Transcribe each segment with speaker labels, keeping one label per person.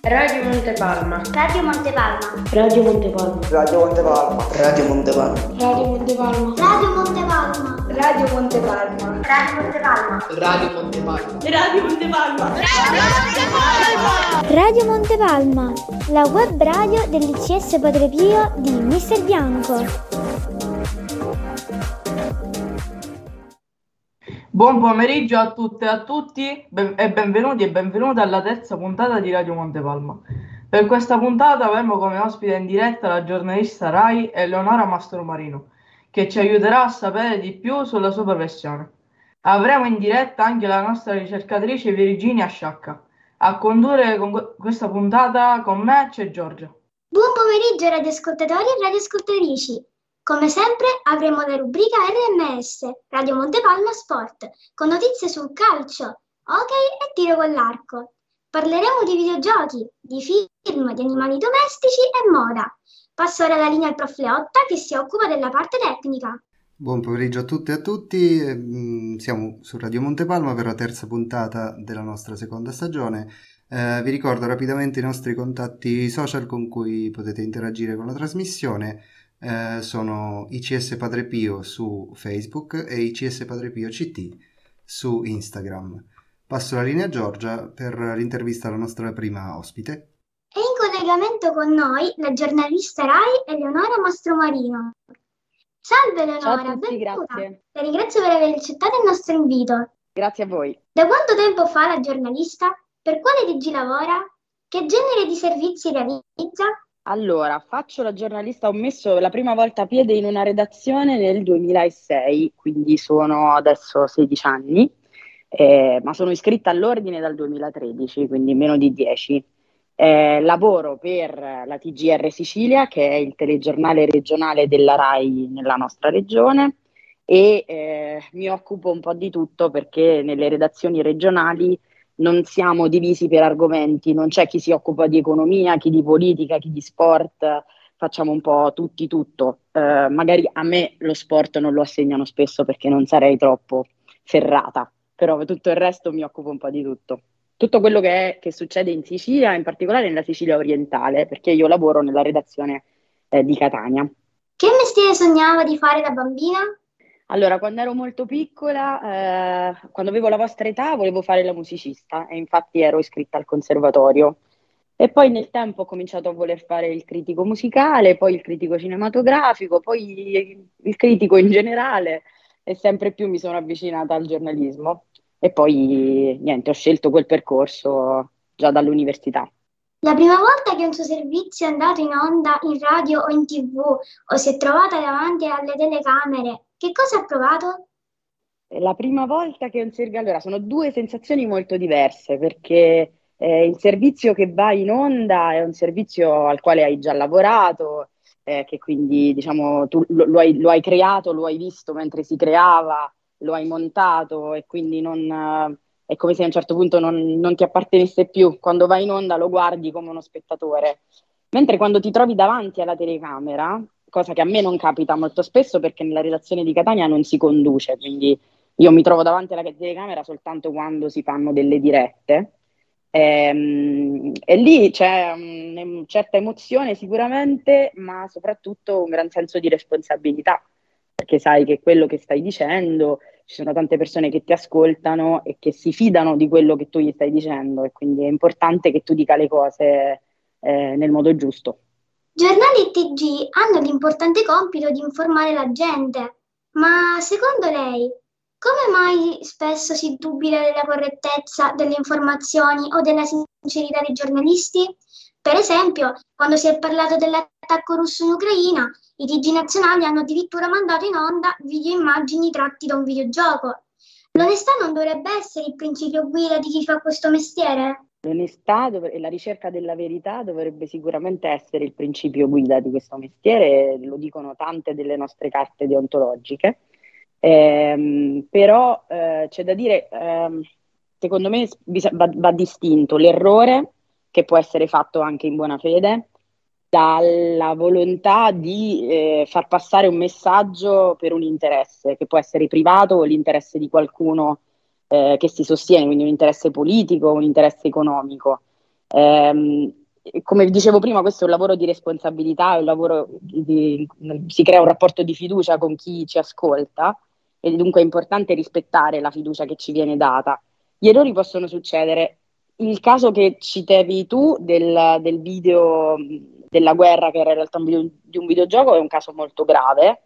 Speaker 1: Radio Montepalma.
Speaker 2: Radio Montepalma.
Speaker 1: Radio Montepalma.
Speaker 3: Radio Montepalma. Radio Montepalma.
Speaker 1: Radio Montepalma.
Speaker 2: Radio Montepalma.
Speaker 1: Radio Montepalma.
Speaker 2: Radio Montepalma.
Speaker 3: Radio Montepalma.
Speaker 1: Radio Montepalma.
Speaker 2: Radio Montepalma, la web radio dell'ICS Padre Pio di Mister Bianco.
Speaker 4: Buon pomeriggio a tutte e a tutti e benvenuti e benvenute alla terza puntata di Radio Montepalma. Per questa puntata avremo come ospite in diretta la giornalista RAI Eleonora Mastromarino, che ci aiuterà a sapere di più sulla sua professione. Avremo in diretta anche la nostra ricercatrice Virginia Sciacca. A condurre questa puntata con me c'è Giorgia.
Speaker 2: Buon pomeriggio radioascoltatori e radioascoltatrici. Come sempre avremo la rubrica RMS, Radio Montepalma Sport, con notizie sul calcio, hockey e tiro con l'arco. Parleremo di videogiochi, di film, di animali domestici e moda. Passo ora la linea al prof Leotta che si occupa della parte tecnica.
Speaker 5: Buon pomeriggio a tutte e a tutti, siamo su Radio Montepalma per la terza puntata della nostra seconda stagione. Vi ricordo rapidamente i nostri contatti social con cui potete interagire con la trasmissione. Sono ICS Padre Pio su Facebook e ICS Padre Pio CT su Instagram. Passo la linea a Giorgia per l'intervista alla nostra prima ospite.
Speaker 2: È in collegamento con noi la giornalista RAI Eleonora Mastromarino. Salve Eleonora,
Speaker 6: ciao a tutti,
Speaker 2: benvenuta.
Speaker 6: grazie.
Speaker 2: La ringrazio per aver accettato il nostro invito.
Speaker 6: Grazie a voi.
Speaker 2: Da quanto tempo fa la giornalista? Per quale TG lavora? Che genere di servizi realizza?
Speaker 6: Allora, faccio la giornalista, ho messo la prima volta piede in una redazione nel 2006, quindi sono adesso 16 anni, ma sono iscritta all'ordine dal 2013, quindi meno di 10. Lavoro per la TGR Sicilia, che è il telegiornale regionale della RAI nella nostra regione, e mi occupo un po' di tutto perché nelle redazioni regionali non siamo divisi per argomenti, non c'è chi si occupa di economia, chi di politica, chi di sport, facciamo un po' tutti tutto. Magari a me lo sport non lo assegnano spesso perché non sarei troppo ferrata, però tutto il resto mi occupo un po' di tutto. Tutto quello che succede in Sicilia, in particolare nella Sicilia orientale, perché io lavoro nella redazione di Catania.
Speaker 2: Che mestiere sognava di fare da bambina?
Speaker 6: Allora, quando ero molto piccola, quando avevo la vostra età, volevo fare la musicista e infatti ero iscritta al conservatorio. E poi nel tempo ho cominciato a voler fare il critico musicale, poi il critico cinematografico, poi il critico in generale e sempre più mi sono avvicinata al giornalismo. E poi, niente, ho scelto quel percorso già dall'università.
Speaker 2: La prima volta che un suo servizio è andato in onda in radio o in TV o si è trovata davanti alle telecamere, che cosa ha provato?
Speaker 6: La prima volta che un servizio... Allora, sono due sensazioni molto diverse perché il servizio che va in onda è un servizio al quale hai già lavorato, che quindi diciamo tu lo hai creato, lo hai visto mentre si creava, lo hai montato e quindi è come se a un certo punto non ti appartenesse più. Quando vai in onda lo guardi come uno spettatore. Mentre quando ti trovi davanti alla telecamera, cosa che a me non capita molto spesso perché nella redazione di Catania non si conduce, quindi io mi trovo davanti alla telecamera soltanto quando si fanno delle dirette. E lì c'è certa emozione sicuramente, ma soprattutto un gran senso di responsabilità, perché sai che quello che stai dicendo, ci sono tante persone che ti ascoltano e che si fidano di quello che tu gli stai dicendo e quindi è importante che tu dica le cose nel modo giusto.
Speaker 2: Giornali e TG hanno l'importante compito di informare la gente, ma secondo lei, come mai spesso si dubita della correttezza delle informazioni o della sincerità dei giornalisti? Per esempio, quando si è parlato dell'attacco russo in Ucraina, i TG nazionali hanno addirittura mandato in onda video e immagini tratti da un videogioco. L'onestà non dovrebbe essere il principio guida di chi fa questo mestiere?
Speaker 6: L'onestà e la ricerca della verità dovrebbe sicuramente essere il principio guida di questo mestiere, lo dicono tante delle nostre carte deontologiche, però c'è da dire, secondo me va distinto l'errore, che può essere fatto anche in buona fede, dalla volontà di far passare un messaggio per un interesse, che può essere privato o l'interesse di qualcuno che si sostiene, quindi un interesse politico, un interesse economico. Come dicevo prima, questo è un lavoro di responsabilità, è un lavoro si crea un rapporto di fiducia con chi ci ascolta e dunque è importante rispettare la fiducia che ci viene data. Gli errori possono succedere. Il caso che citavi tu del video della guerra, che era in realtà di un videogioco, è un caso molto grave.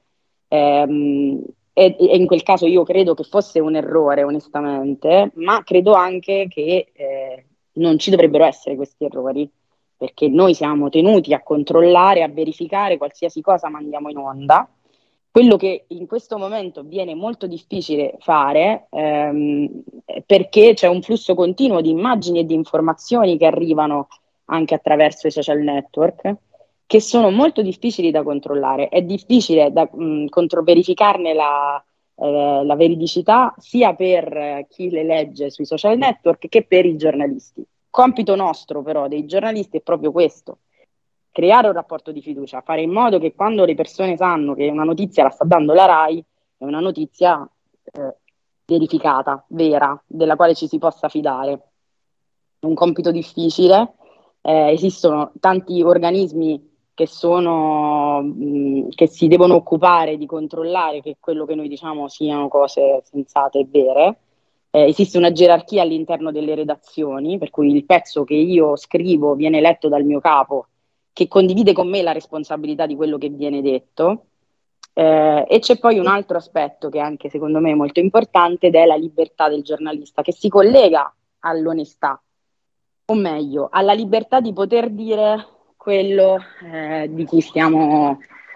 Speaker 6: E in quel caso io credo che fosse un errore, onestamente, ma credo anche che non ci dovrebbero essere questi errori, perché noi siamo tenuti a controllare, a verificare qualsiasi cosa mandiamo in onda. Quello che in questo momento viene molto difficile fare, perché c'è un flusso continuo di immagini e di informazioni che arrivano anche attraverso i social network, che sono molto difficili da controllare. È difficile da verificarne la veridicità sia per chi le legge sui social network che per i giornalisti. Compito nostro però dei giornalisti è proprio questo: creare un rapporto di fiducia, fare in modo che quando le persone sanno che una notizia la sta dando la RAI, è una notizia verificata, vera, della quale ci si possa fidare. È un compito difficile, esistono tanti organismi che si devono occupare di controllare che quello che noi diciamo siano cose sensate e vere. Esiste una gerarchia all'interno delle redazioni, per cui il pezzo che io scrivo viene letto dal mio capo, che condivide con me la responsabilità di quello che viene detto. E c'è poi un altro aspetto che anche secondo me è molto importante, ed è la libertà del giornalista, che si collega all'onestà, o meglio, alla libertà di poter dire quello di cui stiamo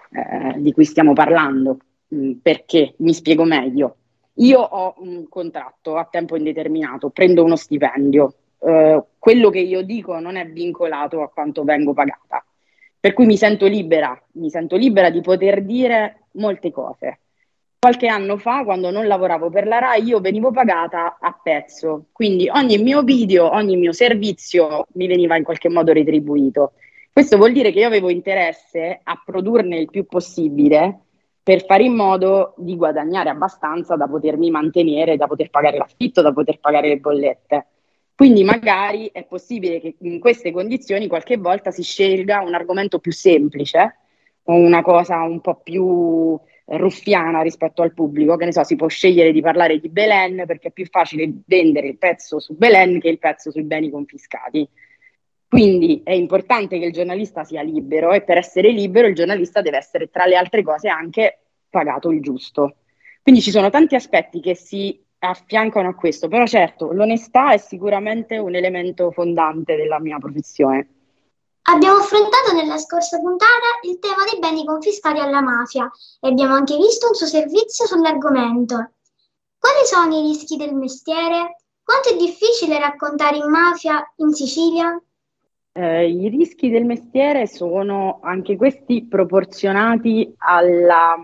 Speaker 6: parlando. Perché? Mi spiego meglio. Io ho un contratto a tempo indeterminato, prendo uno stipendio. Quello che io dico non è vincolato a quanto vengo pagata. Per cui mi sento libera di poter dire molte cose. Qualche anno fa, quando non lavoravo per la RAI, io venivo pagata a pezzo, quindi ogni mio video, ogni mio servizio mi veniva in qualche modo retribuito. Questo vuol dire che io avevo interesse a produrne il più possibile per fare in modo di guadagnare abbastanza da potermi mantenere, da poter pagare l'affitto, da poter pagare le bollette. Quindi magari è possibile che in queste condizioni qualche volta si scelga un argomento più semplice o una cosa un po' più ruffiana rispetto al pubblico. Che ne so, si può scegliere di parlare di Belen perché è più facile vendere il pezzo su Belen che il pezzo sui beni confiscati. Quindi è importante che il giornalista sia libero, e per essere libero il giornalista deve essere, tra le altre cose, anche pagato il giusto. Quindi ci sono tanti aspetti che si affiancano a questo, però certo l'onestà è sicuramente un elemento fondante della mia professione.
Speaker 2: Abbiamo affrontato nella scorsa puntata il tema dei beni confiscati alla mafia e abbiamo anche visto un suo servizio sull'argomento. Quali sono i rischi del mestiere? Quanto è difficile raccontare in mafia in Sicilia?
Speaker 6: I rischi del mestiere sono anche questi proporzionati alla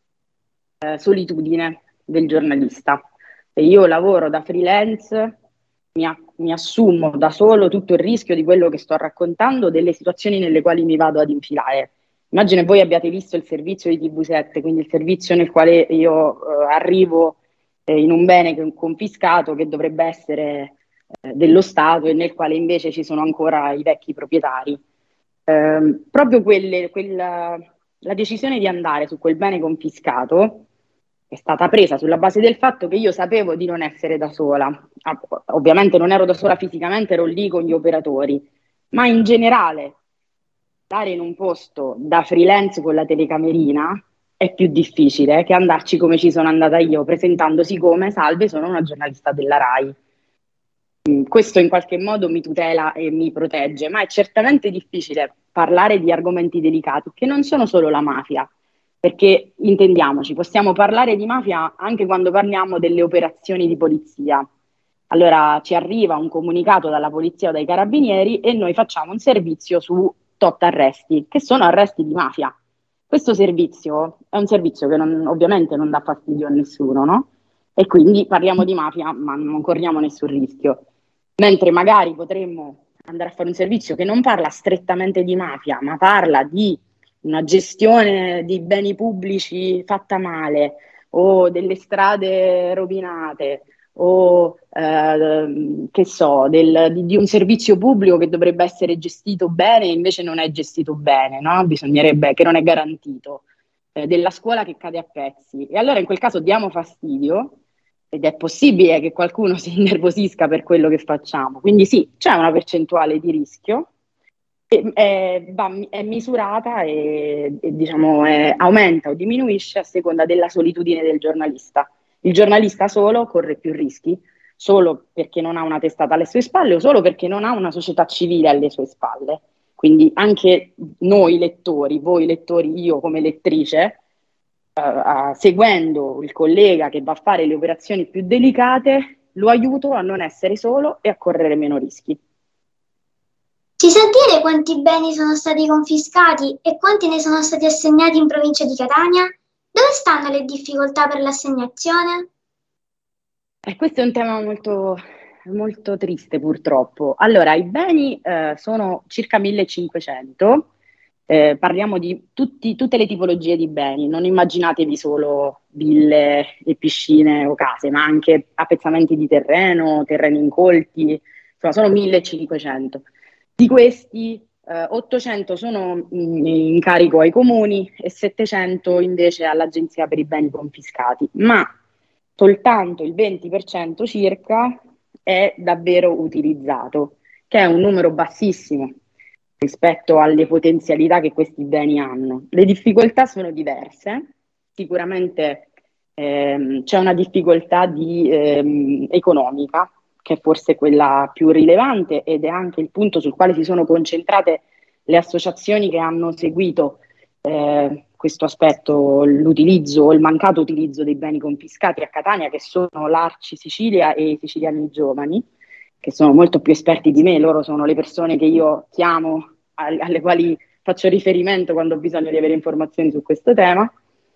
Speaker 6: solitudine del giornalista. Se io lavoro da freelance, mi assumo da solo tutto il rischio di quello che sto raccontando, delle situazioni nelle quali mi vado ad infilare. Immagino voi abbiate visto il servizio di TV7, quindi il servizio nel quale io arrivo in un bene confiscato che dovrebbe essere dello Stato e nel quale invece ci sono ancora i vecchi proprietari. Proprio la decisione di andare su quel bene confiscato è stata presa sulla base del fatto che io sapevo di non essere da sola. Ovviamente non ero da sola fisicamente, ero lì con gli operatori, ma in generale stare in un posto da freelance con la telecamerina è più difficile che andarci come ci sono andata io, presentandosi come: salve, sono una giornalista della RAI. Questo in qualche modo mi tutela e mi protegge, ma è certamente difficile parlare di argomenti delicati che non sono solo la mafia, perché intendiamoci, possiamo parlare di mafia anche quando parliamo delle operazioni di polizia. Allora ci arriva un comunicato dalla polizia o dai carabinieri e noi facciamo un servizio su tot arresti, che sono arresti di mafia. Questo servizio è un servizio che ovviamente non dà fastidio a nessuno, no? E quindi parliamo di mafia, ma non corriamo nessun rischio. Mentre magari potremmo andare a fare un servizio che non parla strettamente di mafia, ma parla di una gestione di beni pubblici fatta male, o delle strade rovinate, o che so, di un servizio pubblico che dovrebbe essere gestito bene e invece non è gestito bene, no? Bisognerebbe, che non è garantito, della scuola che cade a pezzi. E allora in quel caso diamo fastidio ed è possibile che qualcuno si innervosisca per quello che facciamo. Quindi sì, c'è una percentuale di rischio, è misurata e diciamo, aumenta o diminuisce a seconda della solitudine del giornalista. Il giornalista solo corre più rischi, solo perché non ha una testata alle sue spalle o solo perché non ha una società civile alle sue spalle. Quindi anche noi lettori, voi lettori, io come lettrice, seguendo il collega che va a fare le operazioni più delicate, lo aiuto a non essere solo e a correre meno rischi.
Speaker 2: Ci sa dire quanti beni sono stati confiscati e quanti ne sono stati assegnati in provincia di Catania? Dove stanno le difficoltà per l'assegnazione?
Speaker 6: Questo è un tema molto, molto triste purtroppo. Allora, i beni sono circa 1500, parliamo di tutte le tipologie di beni, non immaginatevi solo ville e piscine o case, ma anche appezzamenti di terreno, terreni incolti, insomma sono 1500. Di questi 800 sono in carico ai comuni e 700 invece all'Agenzia per i beni confiscati, ma soltanto il 20% circa è davvero utilizzato, che è un numero bassissimo rispetto alle potenzialità che questi beni hanno. Le difficoltà sono diverse, sicuramente c'è una difficoltà economica, che è forse quella più rilevante ed è anche il punto sul quale si sono concentrate le associazioni che hanno seguito questo aspetto, l'utilizzo o il mancato utilizzo dei beni confiscati a Catania, che sono l'Arci Sicilia e i Siciliani Giovani, che sono molto più esperti di me. Loro sono le persone che io chiamo, alle quali faccio riferimento quando ho bisogno di avere informazioni su questo tema.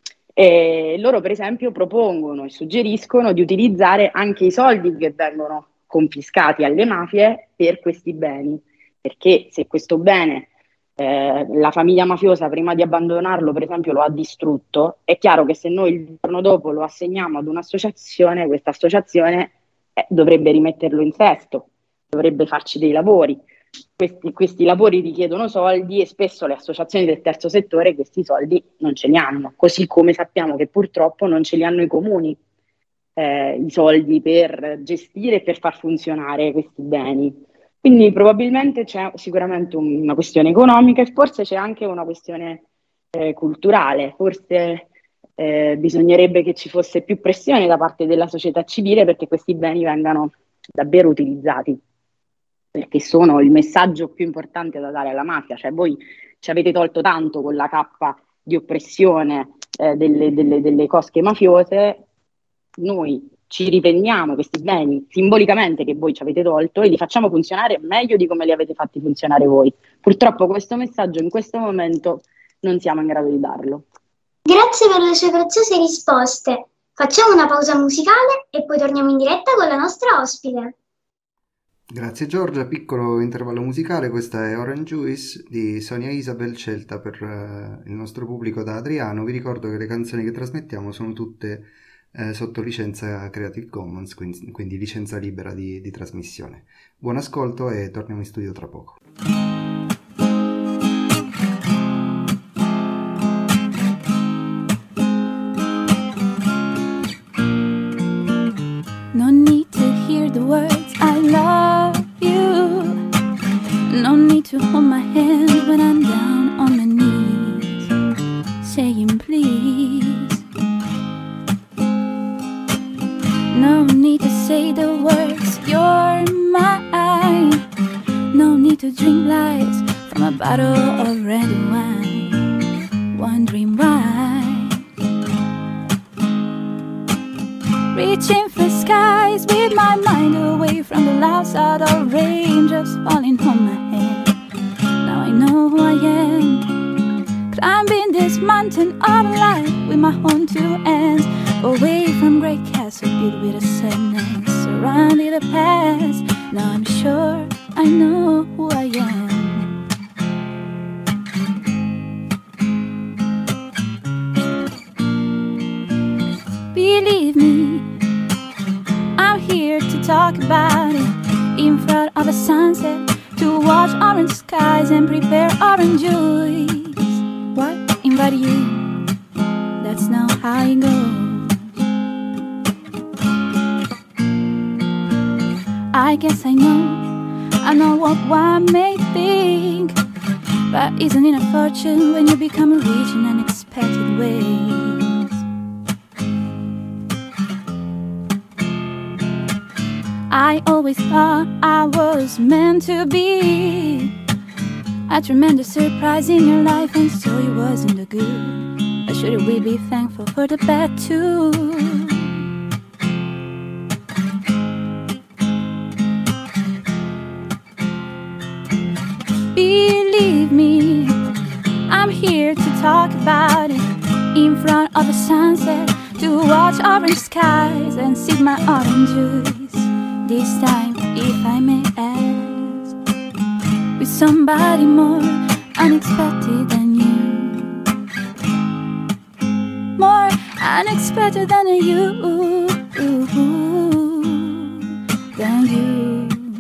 Speaker 6: E loro per esempio propongono e suggeriscono di utilizzare anche i soldi che vengono confiscati alle mafie per questi beni, perché se questo bene la famiglia mafiosa prima di abbandonarlo per esempio lo ha distrutto, è chiaro che se noi il giorno dopo lo assegniamo ad un'associazione, questa associazione dovrebbe rimetterlo in sesto, dovrebbe farci dei lavori. Questi lavori richiedono soldi e spesso le associazioni del terzo settore questi soldi non ce li hanno, così come sappiamo che purtroppo non ce li hanno i comuni, i soldi per gestire e per far funzionare questi beni. Quindi probabilmente c'è sicuramente una questione economica e forse c'è anche una questione culturale, forse bisognerebbe che ci fosse più pressione da parte della società civile perché questi beni vengano davvero utilizzati, perché sono il messaggio più importante da dare alla mafia. Cioè voi ci avete tolto tanto con la cappa di oppressione delle cosche mafiose, noi ci riprendiamo questi beni simbolicamente che voi ci avete tolto e li facciamo funzionare meglio di come li avete fatti funzionare voi. Purtroppo questo messaggio in questo momento non siamo in grado di darlo.
Speaker 2: Grazie per le sue preziose risposte. Facciamo una pausa musicale e poi torniamo in diretta con la nostra ospite.
Speaker 5: Grazie Giorgia, piccolo intervallo musicale, questa è Orange Juice di Sonia Isabel, scelta per il nostro pubblico da Adriano. Vi ricordo che le canzoni che trasmettiamo sono tutte sotto licenza Creative Commons, quindi licenza libera di trasmissione. Buon ascolto e torniamo in studio tra poco.
Speaker 7: No need to hear the words I love you. No need to hold my hand when I'm down on my knees, saying please. No need to say the words, you're mine. No need to drink lies from a bottle of red wine, wondering why. Reaching for skies with my mind away from the loud sound of raindrops falling on my head. Now I know who I am, climbing this mountain of life with my own two hands, away from great castle built with a sadness, surrounded the past. Now I'm sure I know who I am. Believe me, I'm here talk about it in front of a sunset, to watch orange skies and prepare orange juice. What? Invite you? That's not how it goes. I guess I know what one may think, but isn't it a fortune when you become rich in unexpected ways? I always thought I was meant to be a tremendous surprise in your life, and so it wasn't the good. But shouldn't we be thankful for the bad too? Believe me, I'm here to talk about it in front of the sunset, to watch orange skies and sip my orange juice. This time, if I may ask, with somebody more unexpected than you, more unexpected than you, than you.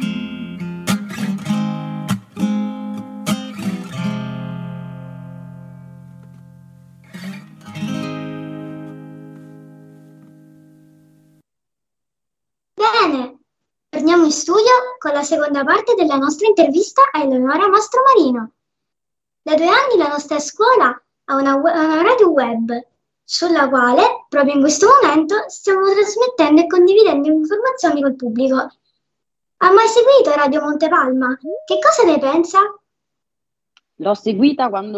Speaker 2: Bene, torniamo in studio con la seconda parte della nostra intervista a Eleonora Mastromarino. Da 2 anni la nostra scuola ha una radio web, sulla quale, proprio in questo momento, stiamo trasmettendo e condividendo informazioni col pubblico. Ha mai seguito Radio Montepalma? Che cosa ne pensa?
Speaker 6: L'ho seguita quando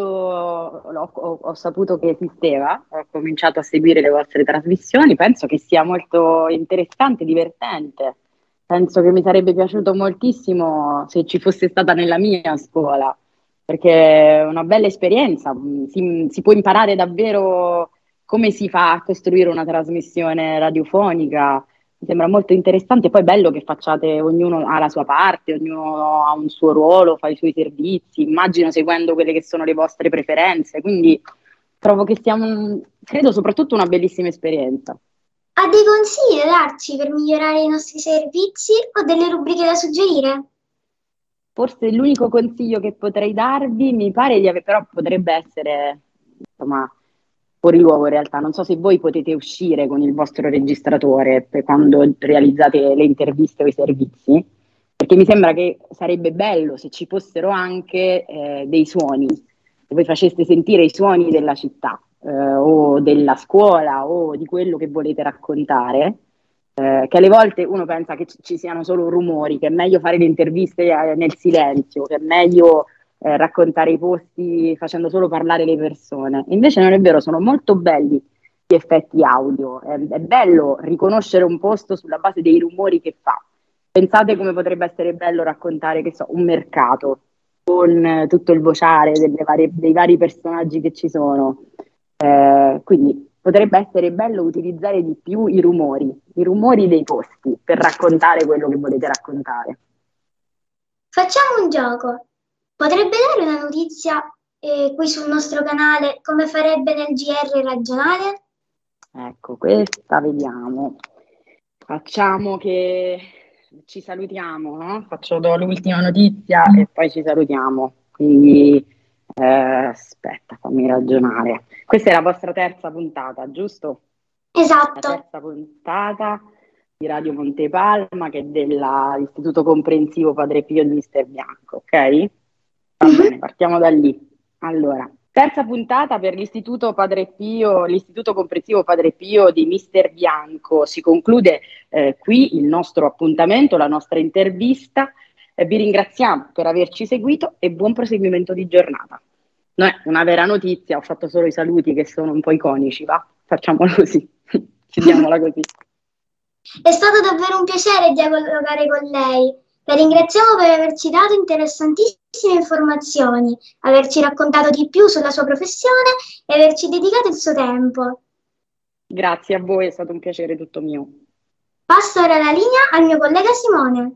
Speaker 6: ho saputo che esisteva, ho cominciato a seguire le vostre trasmissioni, penso che sia molto interessante, divertente. Penso che mi sarebbe piaciuto moltissimo se ci fosse stata nella mia scuola, perché è una bella esperienza, si può imparare davvero come si fa a costruire una trasmissione radiofonica. Mi sembra molto interessante, poi bello che facciate, ognuno ha la sua parte, ognuno ha un suo ruolo, fa i suoi servizi, immagino seguendo quelle che sono le vostre preferenze, quindi trovo che sia, credo, soprattutto una bellissima esperienza.
Speaker 2: Ha dei consigli da darci per migliorare i nostri servizi o delle rubriche da suggerire?
Speaker 6: Forse l'unico consiglio che potrei darvi, mi pare di avere, però potrebbe essere, insomma, fuori luogo in realtà. Non so se voi potete uscire con il vostro registratore per quando realizzate le interviste o i servizi, perché mi sembra che sarebbe bello se ci fossero anche dei suoni, se voi faceste sentire i suoni della città o della scuola o di quello che volete raccontare, che alle volte uno pensa che ci siano solo rumori, che è meglio fare le interviste nel silenzio, che è meglio raccontare i posti facendo solo parlare le persone. Invece non è vero, sono molto belli gli effetti audio, è bello riconoscere un posto sulla base dei rumori che fa. Pensate come potrebbe essere bello raccontare, che so, un mercato con tutto il vociare dei vari personaggi che ci sono. Quindi potrebbe essere bello utilizzare di più i rumori dei posti per raccontare quello che volete raccontare.
Speaker 2: Facciamo un gioco. Potrebbe dare una notizia qui sul nostro canale come farebbe nel GR regionale?
Speaker 6: Ecco, questa vediamo. Facciamo che ci salutiamo, no? Do l'ultima notizia e poi ci salutiamo. Quindi aspetta, fammi ragionare. Questa è la vostra terza puntata, giusto?
Speaker 2: Esatto.
Speaker 6: La terza puntata di Radio Montepalma, che è dell'Istituto Comprensivo Padre Pio di Mister Bianco, ok? Va bene, partiamo da lì. Allora, terza puntata per l'Istituto Comprensivo Padre Pio di Mister Bianco. Si conclude qui il nostro appuntamento, la nostra intervista. Vi ringraziamo per averci seguito e buon proseguimento di giornata. Non è una vera notizia, ho fatto solo i saluti che sono un po' iconici, va? Facciamolo così, chiudiamola così.
Speaker 2: È stato davvero un piacere dialogare con lei. La ringraziamo per averci dato interessantissime informazioni, averci raccontato di più sulla sua professione e averci dedicato il suo tempo.
Speaker 6: Grazie a voi, è stato un piacere tutto mio.
Speaker 2: Passo ora la linea al mio collega Simone.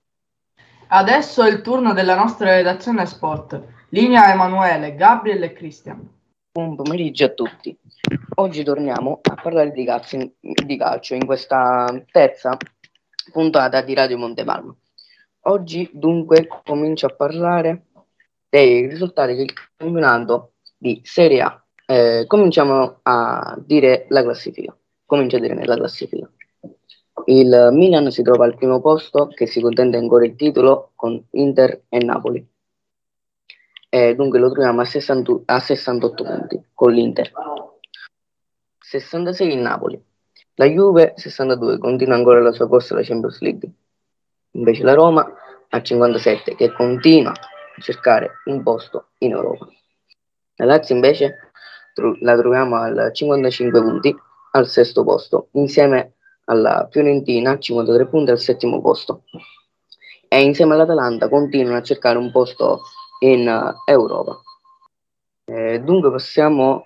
Speaker 4: Adesso è il turno della nostra redazione sport. Linea Emanuele, Gabriel e Cristian.
Speaker 3: Buon pomeriggio a tutti. Oggi torniamo a parlare di calcio in questa terza puntata di Radio Montepalma. Oggi dunque comincio a parlare dei risultati del campionato di Serie A. Cominciamo a dire la classifica. Comincio a dire la classifica. Il Milan si trova al primo posto, che si contende ancora il titolo con Inter e Napoli. Dunque lo troviamo a 68 punti con l'Inter. 66 il Napoli. La Juve 62, continua ancora la sua corsa alla Champions League. Invece la Roma a 57, che continua a cercare un posto in Europa. La Lazio invece la troviamo a 55 punti, al sesto posto, insieme alla Fiorentina a 53 punti al settimo posto. E insieme all'Atalanta continuano a cercare un posto in Europa. Dunque passiamo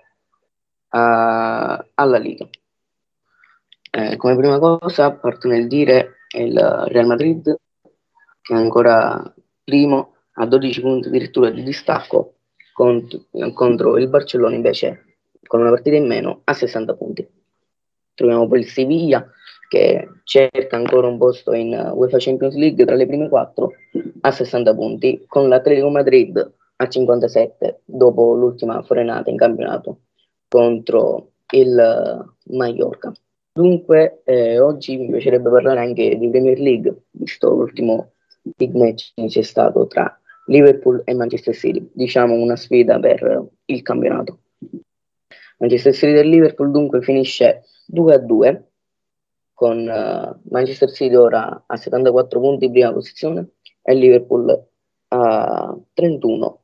Speaker 3: alla Liga. Come prima cosa parto nel dire il Real Madrid, che è ancora primo a 12 punti addirittura di distacco contro il Barcellona invece con una partita in meno a 60 punti. Troviamo poi il Sevilla che cerca ancora un posto in UEFA Champions League tra le prime 4 a 60 punti, con l'Atletico Madrid a 57 dopo l'ultima frenata in campionato contro il Mallorca. Dunque oggi mi piacerebbe parlare anche di Premier League, visto l'ultimo big match che c'è stato tra Liverpool e Manchester City, diciamo una sfida per il campionato. Manchester City del Liverpool dunque finisce 2-2 con Manchester City ora a 74 punti in prima posizione e Liverpool a 31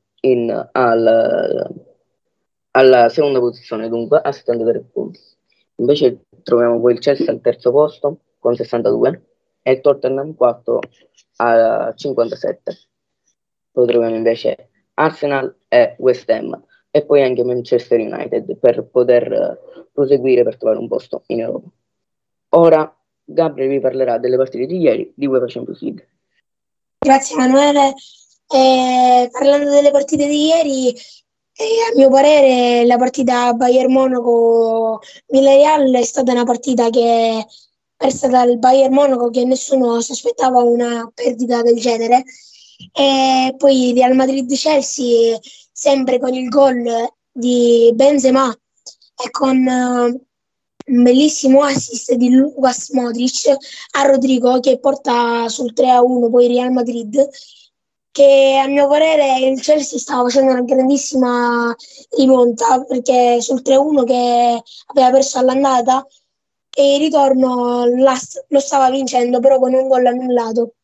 Speaker 3: alla seconda posizione, dunque a 73 punti. Invece troviamo poi il Chelsea al terzo posto con 62 e il Tottenham 4 a 57. Poi troviamo invece Arsenal e West Ham e poi anche Manchester United per poter proseguire per trovare un posto in Europa. Ora Gabriele vi parlerà delle partite di ieri di UEFA Champions League.
Speaker 8: Grazie Emanuele. Parlando delle partite di ieri, a mio parere la partita Bayern Monaco-Villarreal è stata una partita che persa dal Bayern Monaco, che nessuno si aspettava una perdita del genere. E poi Real Madrid-Chelsea, sempre con il gol di Benzema e con un bellissimo assist di Lukas Modric a Rodrigo, che porta sul 3-1 poi Real Madrid, che a mio parere il Chelsea stava facendo una grandissima rimonta, perché sul 3-1 che aveva perso all'andata e il ritorno lo stava vincendo, però con un gol annullato.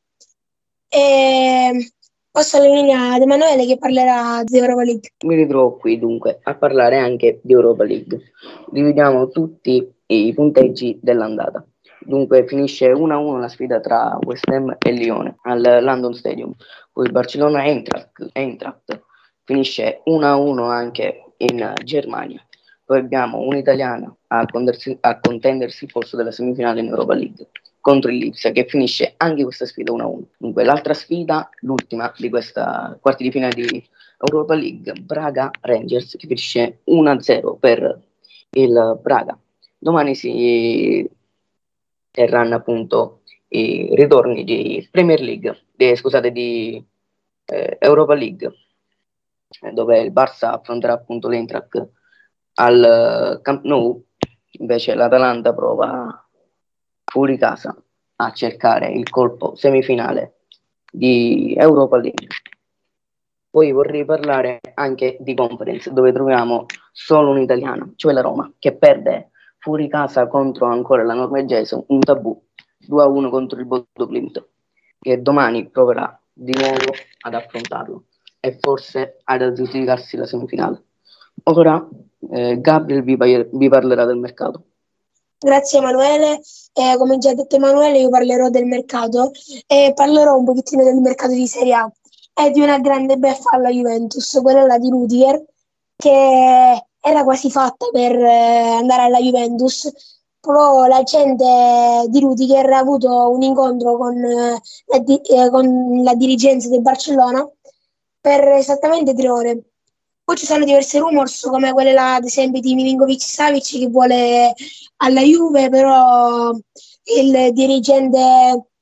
Speaker 8: E passo la linea ad Emanuele che parlerà di Europa League.
Speaker 3: Mi ritrovo qui dunque a parlare anche di Europa League. Dividiamo tutti i punteggi dell'andata. Dunque finisce 1-1 la sfida tra West Ham e Lione al London Stadium. Poi Eintracht finisce 1-1 anche in Germania. Poi abbiamo un'italiana a contendersi il posto della semifinale in Europa League contro il Lipsia, che finisce anche questa sfida 1-1. Dunque l'altra sfida, l'ultima di questa quarti di finale di Europa League, Braga Rangers, che finisce 1-0 per il Braga. Domani si terranno appunto i ritorni di Premier League, di Europa League, dove il Barça affronterà appunto l'Eintracht al Camp Nou. Invece l'Atalanta prova fuori casa a cercare il colpo semifinale di Europa League. Poi vorrei parlare anche di Conference, dove troviamo solo un italiano, cioè la Roma, che perde fuori casa contro ancora la norvegese, un tabù, 2-1 contro il Bodo Glimt, che domani proverà di nuovo ad affrontarlo e forse ad aggiudicarsi la semifinale. Ora Gabriel vi parlerà del mercato.
Speaker 8: Grazie Emanuele. Come già detto Emanuele, io parlerò del mercato e parlerò un pochettino del mercato di Serie A e di una grande beffa alla Juventus, quella di Rudiger, che era quasi fatta per andare alla Juventus, però la gente di Rudiger ha avuto un incontro con la dirigenza del Barcellona per esattamente 3 ore. Poi ci sono diverse rumors, come quelle là, ad esempio di Milinkovic-Savic che vuole alla Juve, però il dirigente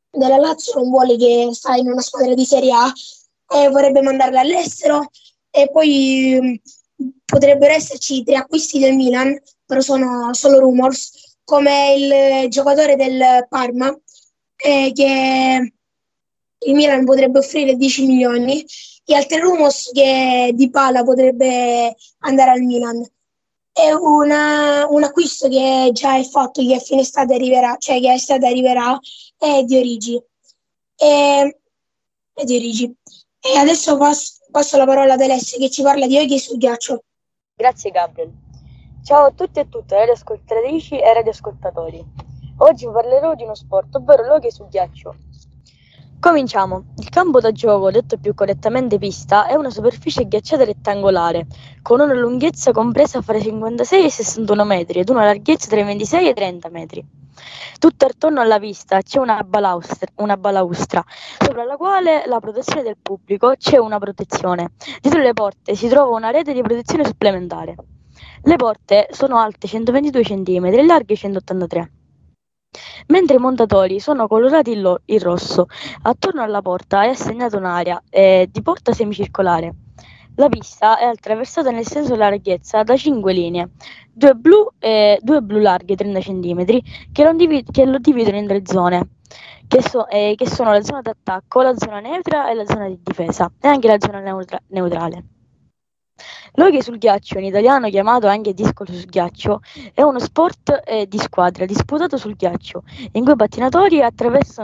Speaker 8: della Lazio non vuole che sta in una squadra di Serie A e vorrebbe mandarla all'estero, e poi potrebbero esserci 3 acquisti del Milan, però sono solo rumors, come il giocatore del Parma, che il Milan potrebbe offrire 10 milioni, e altri rumors che Dybala potrebbe andare al Milan. È un acquisto che già è fatto, che a fine estate arriverà, cioè che a estate arriverà, è di Origi. È di Origi. E adesso passo la parola ad Alessia, che ci parla di hockey sul ghiaccio.
Speaker 9: Grazie Gabriel. Ciao a tutti e a tutte, radioascoltatrici e radioascoltatori. Oggi parlerò di uno sport, ovvero l'hockey sul ghiaccio. Cominciamo. Il campo da gioco, detto più correttamente pista, è una superficie ghiacciata rettangolare, con una lunghezza compresa fra i 56 e i 61 metri ed una larghezza tra i 26 e i 30 metri. Tutto attorno alla pista c'è una balaustra, sopra la quale la protezione del pubblico c'è una protezione. Dietro le porte si trova una rete di protezione supplementare. Le porte sono alte 122 cm e larghe 183. Mentre i montatori sono colorati in rosso, attorno alla porta è assegnata un'area di porta semicircolare. La pista è attraversata nel senso della larghezza da 5 linee, 2 blu larghe 30 cm, che lo dividono in 3 zone, che sono la zona d'attacco, la zona neutra e la zona di difesa, e anche la zona neutrale. L'hockey sul ghiaccio, in italiano chiamato anche disco sul ghiaccio, è uno sport di squadra disputato sul ghiaccio, in cui i pattinatori attraverso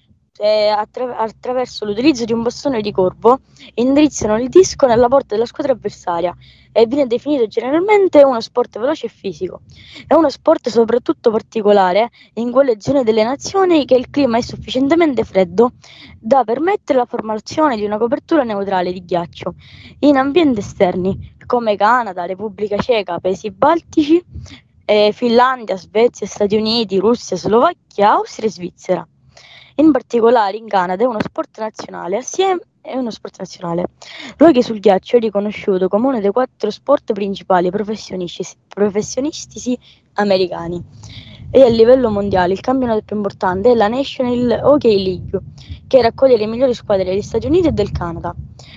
Speaker 9: l'utilizzo di un bastone di corvo indirizzano il disco nella porta della squadra avversaria, e viene definito generalmente uno sport veloce e fisico. È uno sport soprattutto particolare in quelle zone delle nazioni che il clima è sufficientemente freddo da permettere la formazione di una copertura neutrale di ghiaccio in ambienti esterni come Canada, Repubblica Ceca, Paesi Baltici, Finlandia, Svezia, Stati Uniti, Russia, Slovacchia, Austria e Svizzera. In particolare in Canada è uno sport nazionale. L'hockey sul ghiaccio è riconosciuto come uno dei 4 sport principali professionistici americani, e a livello mondiale il campionato più importante è la National Hockey League, che raccoglie le migliori squadre degli Stati Uniti e del Canada.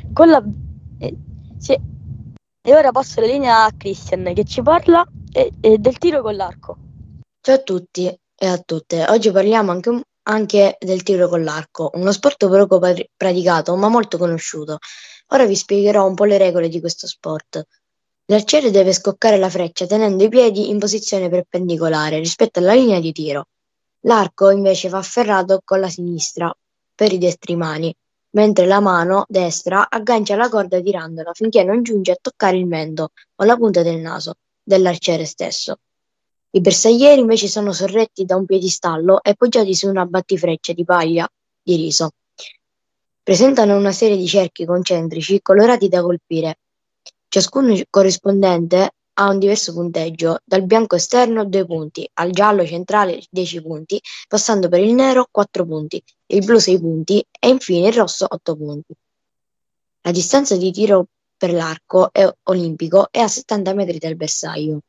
Speaker 9: E ora passo la linea a Christian, che ci parla del tiro con l'arco.
Speaker 10: Ciao a tutti e a tutte, oggi parliamo anche del tiro con l'arco, uno sport poco praticato ma molto conosciuto. Ora vi spiegherò un po' le regole di questo sport. L'arciere deve scoccare la freccia tenendo i piedi in posizione perpendicolare rispetto alla linea di tiro. L'arco invece va afferrato con la sinistra per i destri mani, mentre la mano destra aggancia la corda tirandola finché non giunge a toccare il mento o la punta del naso dell'arciere stesso. I bersaglieri invece sono sorretti da un piedistallo e poggiati su una battifreccia di paglia di riso. Presentano una serie di cerchi concentrici colorati da colpire. Ciascuno corrispondente ha un diverso punteggio, dal bianco esterno 2 punti, al giallo centrale 10 punti, passando per il nero 4 punti, il blu 6 punti e infine il rosso 8 punti. La distanza di tiro per l'arco olimpico è a 70 metri dal bersaglio.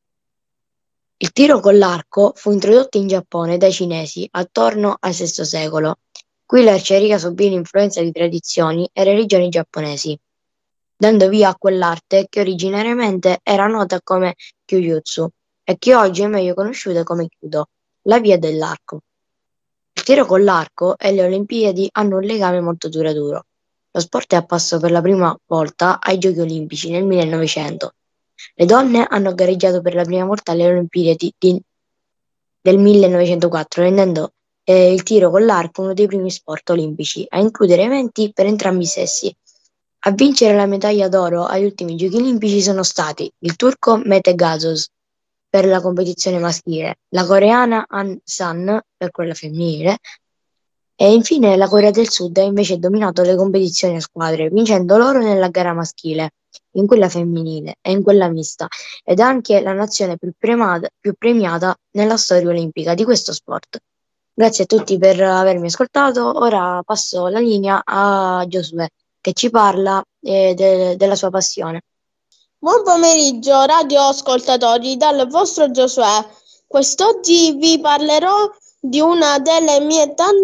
Speaker 10: Il tiro con l'arco fu introdotto in Giappone dai cinesi attorno al VI secolo. Qui l'arceria subì l'influenza di tradizioni e religioni giapponesi, dando via a quell'arte che originariamente era nota come Kyujutsu e che oggi è meglio conosciuta come Kyudo, la via dell'arco. Il tiro con l'arco e le Olimpiadi hanno un legame molto duraturo. Lo sport è apparso per la prima volta ai Giochi Olimpici nel 1900. Le donne hanno gareggiato per la prima volta alle Olimpiadi del 1904, rendendo il tiro con l'arco uno dei primi sport olimpici a includere eventi per entrambi i sessi. A vincere la medaglia d'oro agli ultimi Giochi Olimpici sono stati il turco Mete Gazoz per la competizione maschile, la coreana Han San per quella femminile, e infine la Corea del Sud ha invece dominato le competizioni a squadre, vincendo l'oro nella gara maschile, in quella femminile e in quella mista, ed anche la nazione più premiata nella storia olimpica di questo sport. Grazie a tutti per avermi ascoltato. Ora passo la linea a Giosuè, che ci parla della sua passione.
Speaker 11: Buon pomeriggio radioascoltatori dal vostro Giosuè. Quest'oggi vi parlerò di una delle mie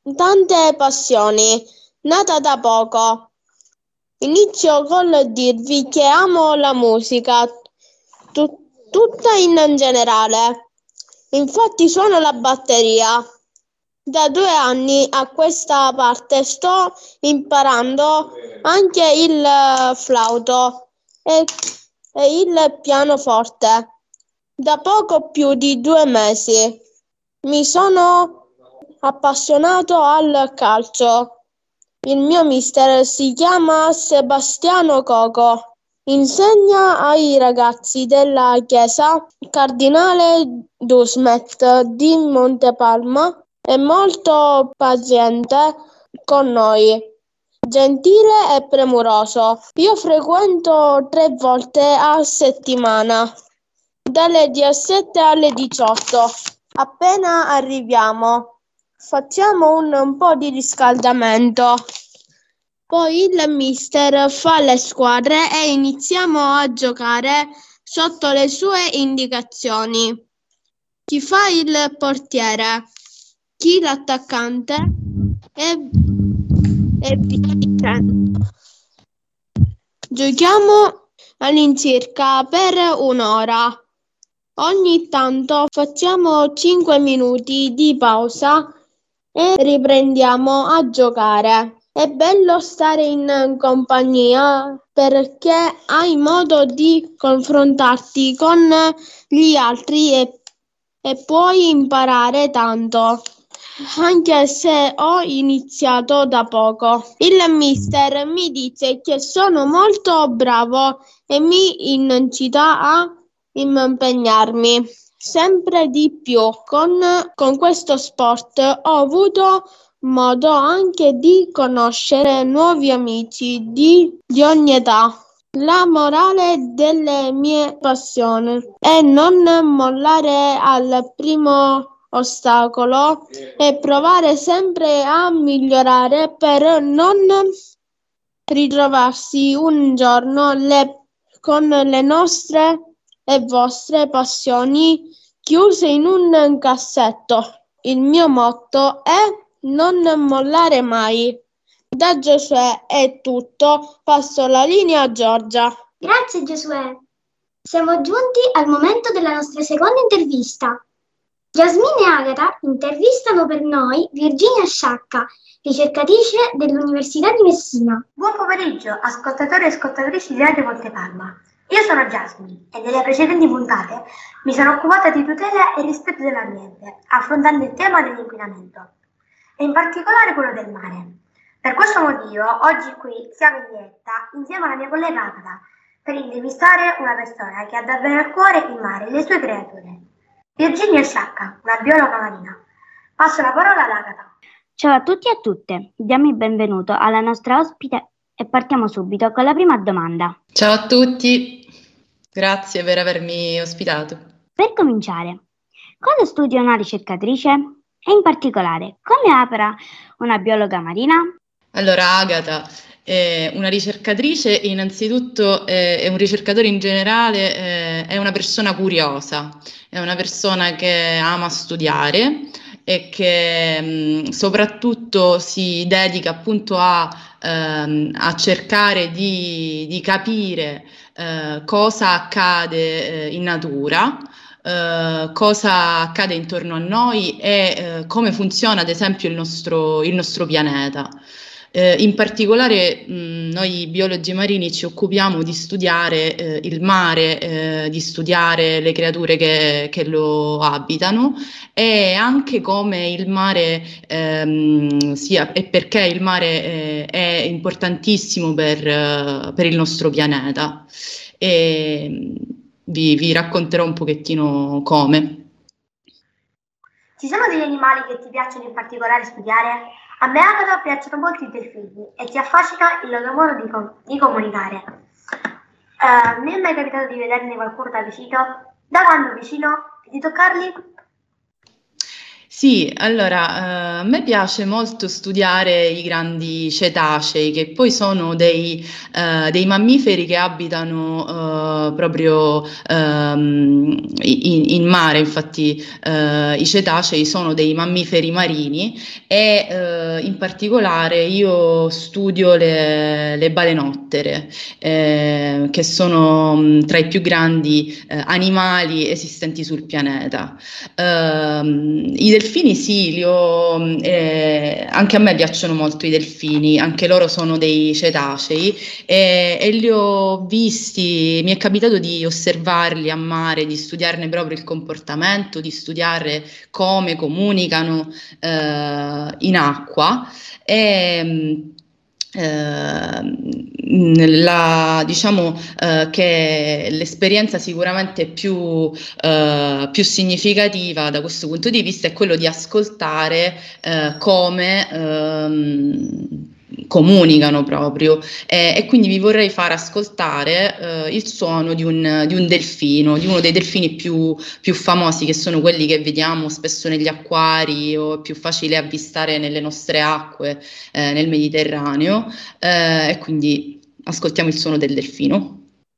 Speaker 11: tante passioni, nata da poco. Inizio col dirvi che amo la musica, tutta in generale. Infatti suono la batteria. Da 2 anni a questa parte sto imparando anche il flauto e il pianoforte. Da poco più di 2 mesi mi sono appassionato al calcio. Il mio mister si chiama Sebastiano Coco. Insegna ai ragazzi della chiesa Cardinale Dusmet di Montepalma. È molto paziente con noi, gentile e premuroso. Io frequento 3 volte a settimana, dalle 17 alle 18. Appena arriviamo, facciamo un po' di riscaldamento. Poi il mister fa le squadre e iniziamo a giocare sotto le sue indicazioni. Chi fa il portiere, chi l'attaccante e via dicendo. Giochiamo all'incirca per 1 ora. Ogni tanto facciamo 5 minuti di pausa e riprendiamo a giocare. È bello stare in compagnia perché hai modo di confrontarti con gli altri e puoi imparare tanto, anche se ho iniziato da poco. Il mister mi dice che sono molto bravo e mi incita a impegnarmi sempre di più. Con questo sport ho avuto modo anche di conoscere nuovi amici di ogni età. La morale delle mie passioni è non mollare al primo ostacolo e provare sempre a migliorare per non ritrovarsi un giorno con le nostre e vostre passioni chiuse in un cassetto. Il mio motto è non mollare mai. Da Giosuè è tutto, passo la linea a Giorgia.
Speaker 2: Grazie Giosuè. Siamo giunti al momento della nostra seconda intervista. Yasmin e Agata intervistano per noi Virginia Sciacca, ricercatrice dell'Università di Messina.
Speaker 12: Buon pomeriggio, ascoltatori e ascoltatrici di Radio Montepalma. Io sono Jasmine e nelle precedenti puntate mi sono occupata di tutela e rispetto dell'ambiente, affrontando il tema dell'inquinamento, e in particolare quello del mare. Per questo motivo, oggi qui siamo in diretta insieme alla mia collega Agata per intervistare una persona che ha davvero a cuore il mare e le sue creature. Virginia Sciacca, una biologa marina. Passo la parola ad Agata.
Speaker 13: Ciao a tutti e a tutte, diamo il benvenuto alla nostra ospite e partiamo subito con la prima domanda.
Speaker 14: Ciao a tutti, grazie per avermi ospitato.
Speaker 13: Per cominciare, cosa studia una ricercatrice? E in particolare, come opera una biologa marina?
Speaker 14: Allora, Agata, una ricercatrice innanzitutto è un ricercatore in generale, è una persona curiosa, è una persona che ama studiare e che soprattutto si dedica appunto a cercare di capire cosa accade in natura, cosa accade intorno a noi e come funziona ad esempio il nostro pianeta. In particolare noi biologi marini ci occupiamo di studiare il mare, di studiare le creature che lo abitano e anche come il mare sia e perché il mare è importantissimo per il nostro pianeta. E vi racconterò un pochettino come.
Speaker 12: Ci sono degli animali che ti piacciono in particolare studiare? A me, Agata, piacciono molto i delfini e ti affascina il loro modo di comunicare. Mi è mai capitato di vederne qualcuno da vicino? Da quando vicino? Di toccarli?
Speaker 14: Sì, allora, a me piace molto studiare i grandi cetacei, che poi sono dei mammiferi che abitano proprio in mare. Infatti i cetacei sono dei mammiferi marini e in particolare io studio le balenottere, che sono tra i più grandi animali esistenti sul pianeta. I delfini sì, anche a me piacciono molto i delfini, anche loro sono dei cetacei e li ho visti, mi è capitato di osservarli a mare, di studiarne proprio il comportamento, di studiare come comunicano in acqua. Diciamo che l'esperienza sicuramente più significativa da questo punto di vista è quello di ascoltare come comunicano proprio, e quindi vi vorrei far ascoltare il suono di un delfino, di uno dei delfini più famosi, che sono quelli che vediamo spesso negli acquari o è più facile avvistare nelle nostre acque nel Mediterraneo, e quindi ascoltiamo il suono del delfino.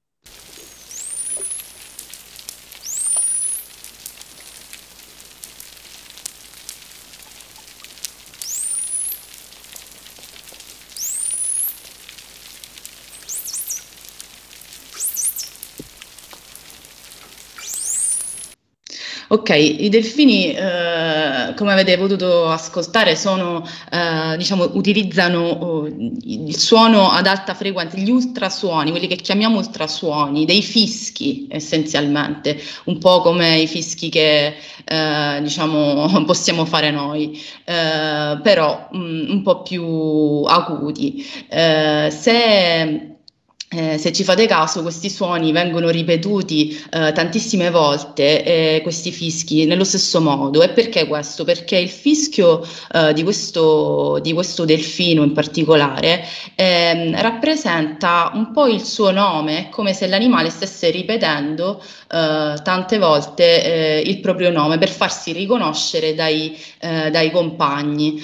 Speaker 14: Ok, i delfini, come avete potuto ascoltare, diciamo, utilizzano il suono ad alta frequenza, gli ultrasuoni, quelli che chiamiamo ultrasuoni, dei fischi essenzialmente, un po' come i fischi che diciamo possiamo fare noi, però un po' più acuti. Se ci fate caso, questi suoni vengono ripetuti tantissime volte, questi fischi nello stesso modo. E perché questo? Perché il fischio di questo delfino in particolare rappresenta un po' il suo nome, è come se l'animale stesse ripetendo tante volte il proprio nome per farsi riconoscere dai compagni,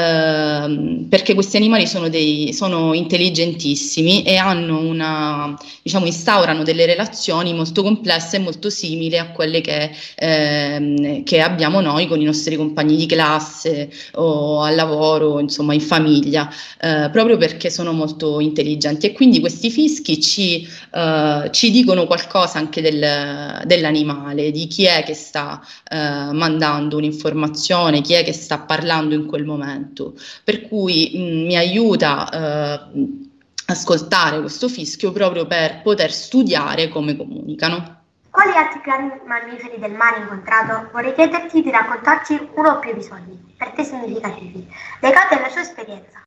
Speaker 14: perché questi animali sono intelligentissimi e hanno diciamo, instaurano delle relazioni molto complesse e molto simili a quelle che abbiamo noi con i nostri compagni di classe o al lavoro, insomma in famiglia, proprio perché sono molto intelligenti. E quindi questi fischi ci dicono qualcosa anche dell'animale, di chi è che sta mandando un'informazione, chi è che sta parlando in quel momento, per cui mi aiuta ascoltare questo fischio proprio per poter studiare come comunicano.
Speaker 12: Quali altri grandi mammiferi del mare hai incontrato? Vorrei chiederti di raccontarci uno o più episodi, per te significativi, legati alla sua esperienza.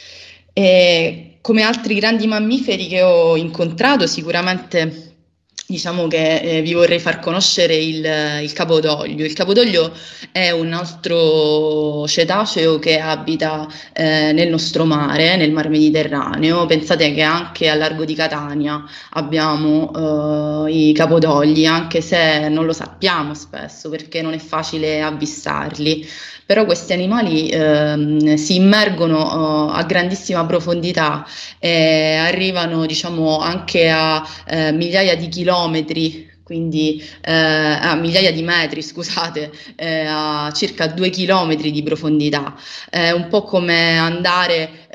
Speaker 14: Come altri grandi mammiferi che ho incontrato, sicuramente diciamo che vi vorrei far conoscere il capodoglio. Il capodoglio è un altro cetaceo che abita nel nostro mare, nel Mar Mediterraneo. Pensate che anche a largo di Catania abbiamo i capodogli, anche se non lo sappiamo spesso perché non è facile avvistarli. Però questi animali si immergono a grandissima profondità e arrivano, diciamo, anche a migliaia di chilometri, quindi a migliaia di metri, scusate, a circa 2 chilometri di profondità. È un po' come andare,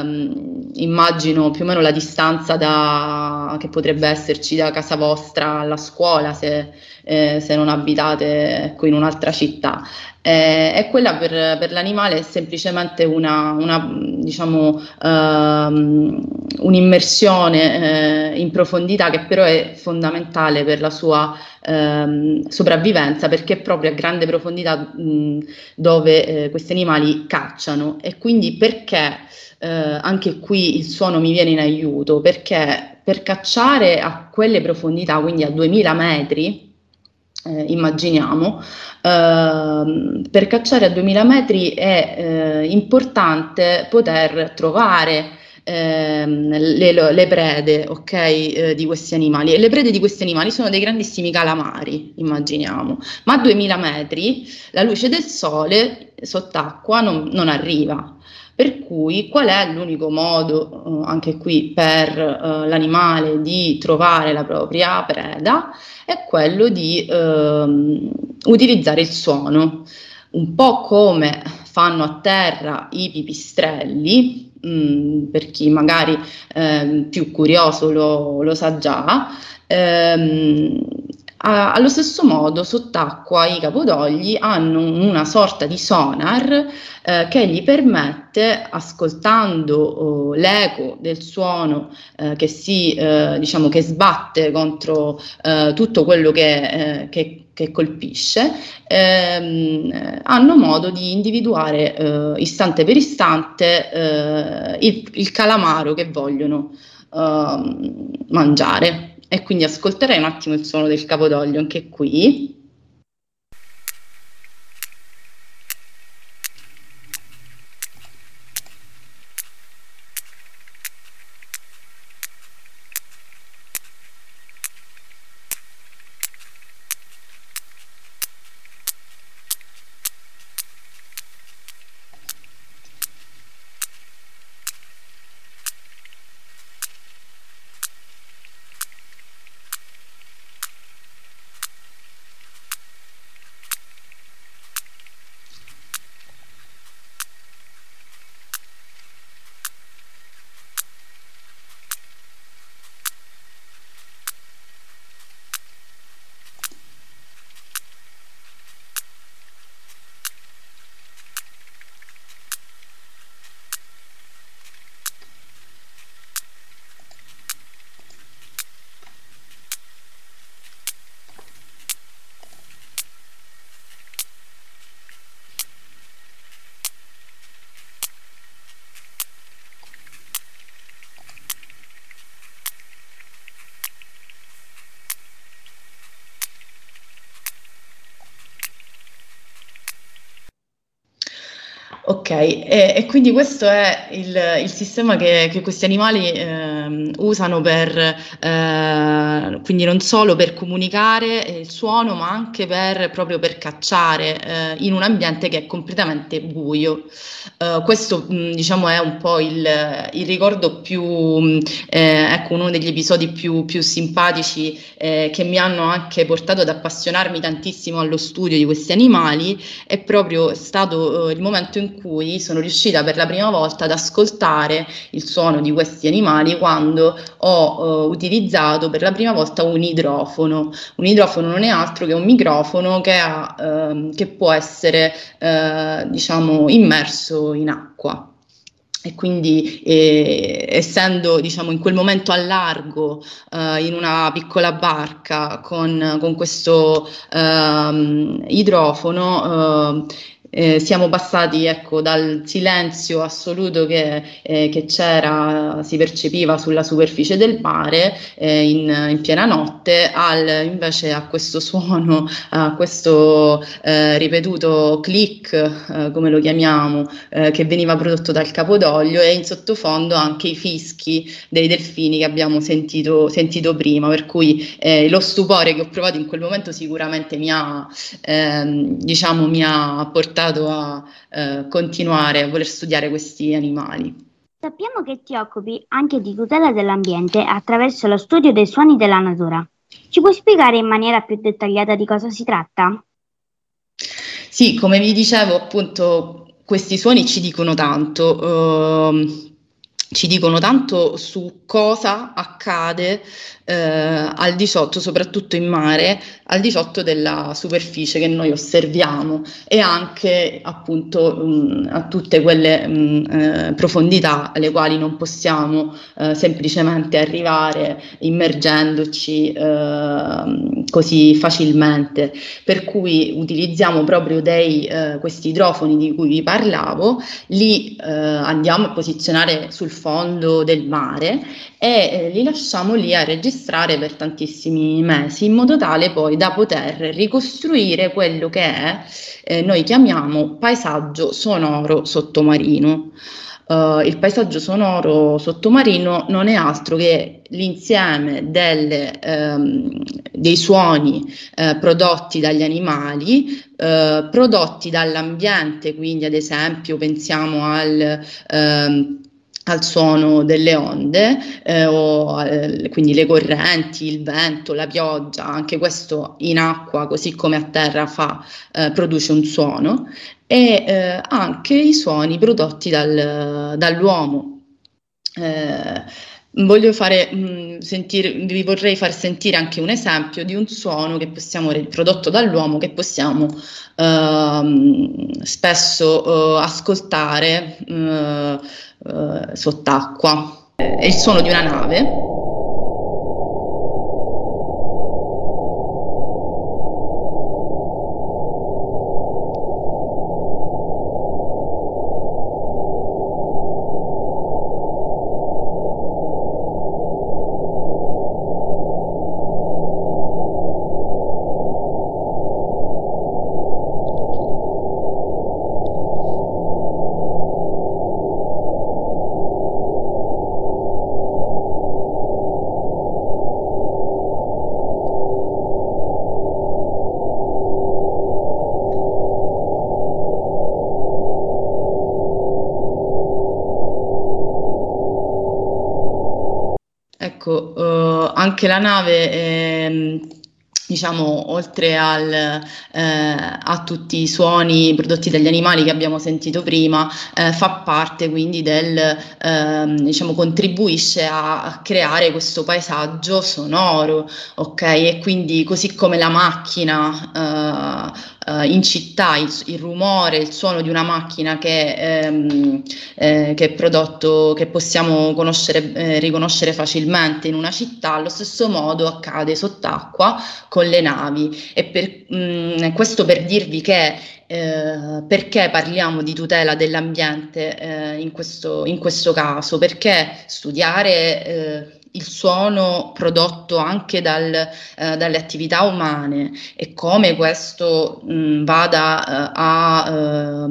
Speaker 14: immagino più o meno la distanza che potrebbe esserci da casa vostra alla scuola, se non abitate, ecco, in un'altra città. E quella per l'animale è semplicemente diciamo, un'immersione in profondità, che però è fondamentale per la sua sopravvivenza, perché è proprio a grande profondità dove questi animali cacciano. E quindi perché anche qui il suono mi viene in aiuto? Perché per cacciare a quelle profondità, quindi a 2000 metri, immaginiamo, per cacciare a 2000 metri è importante poter trovare le prede, ok, di questi animali. E le prede di questi animali sono dei grandissimi calamari, immaginiamo, ma a 2000 metri la luce del sole sott'acqua non arriva. Per cui qual è l'unico modo, anche qui, per l'animale di trovare la propria preda? È quello di utilizzare il suono, un po' come fanno a terra i pipistrelli, per chi magari più curioso lo sa già. Allo stesso modo, sott'acqua i capodogli hanno una sorta di sonar che gli permette, ascoltando l'eco del suono diciamo, che sbatte contro tutto quello che colpisce, hanno modo di individuare istante per istante il calamaro che vogliono mangiare. E quindi ascolterei un attimo il suono del capodoglio anche qui. Ok, e quindi questo è il sistema che questi animali usano quindi non solo per comunicare il suono, ma anche proprio per cacciare in un ambiente che è completamente buio. Questo diciamo è un po' il ricordo più, ecco, uno degli episodi più simpatici che mi hanno anche portato ad appassionarmi tantissimo allo studio di questi animali. È proprio stato il momento in cui sono riuscita per la prima volta ad ascoltare il suono di questi animali quando ho utilizzato per la prima volta un idrofono. Un idrofono non è altro che un microfono che può essere diciamo immerso in acqua. E quindi essendo diciamo in quel momento a largo in una piccola barca con questo idrofono, siamo passati, ecco, dal silenzio assoluto che c'era, si percepiva sulla superficie del mare in piena notte, invece a questo suono, a questo ripetuto click, come lo chiamiamo, che veniva prodotto dal capodoglio, e in sottofondo anche i fischi dei delfini che abbiamo sentito prima, per cui lo stupore che ho provato in quel momento sicuramente mi ha portato a continuare a voler studiare questi animali.
Speaker 13: Sappiamo che ti occupi anche di tutela dell'ambiente attraverso lo studio dei suoni della natura. Ci puoi spiegare in maniera più dettagliata di cosa si tratta?
Speaker 14: Sì, come vi dicevo, appunto, questi suoni ci dicono tanto. Ci dicono tanto su cosa accade al di sotto, soprattutto in mare, al di sotto della superficie che noi osserviamo, e anche appunto a tutte quelle profondità alle quali non possiamo semplicemente arrivare immergendoci così facilmente. Per cui utilizziamo proprio questi idrofoni di cui vi parlavo, li andiamo a posizionare sul fondo del mare e li lasciamo lì a registrare per tantissimi mesi, in modo tale poi da poter ricostruire quello che è, noi chiamiamo paesaggio sonoro sottomarino. Il paesaggio sonoro sottomarino non è altro che l'insieme dei suoni prodotti dagli animali, prodotti dall'ambiente, quindi ad esempio pensiamo al suono delle onde, quindi le correnti, il vento, la pioggia, anche questo in acqua, così come a terra produce un suono, e anche i suoni prodotti dall'uomo. Vi vorrei far sentire anche un esempio di un suono che prodotto dall'uomo, che possiamo spesso ascoltare sott'acqua. È il suono di una nave. Ecco, anche la nave, diciamo, oltre a tutti i suoni prodotti dagli animali che abbiamo sentito prima, fa parte quindi diciamo, contribuisce a creare questo paesaggio sonoro, ok? E quindi così come la macchina in città, il rumore, il suono di una macchina che è prodotto, che possiamo riconoscere facilmente in una città, allo stesso modo accade sott'acqua con le navi. E questo per dirvi che perché parliamo di tutela dell'ambiente in questo caso? Perché studiare il suono prodotto anche dalle attività umane e come questo vada a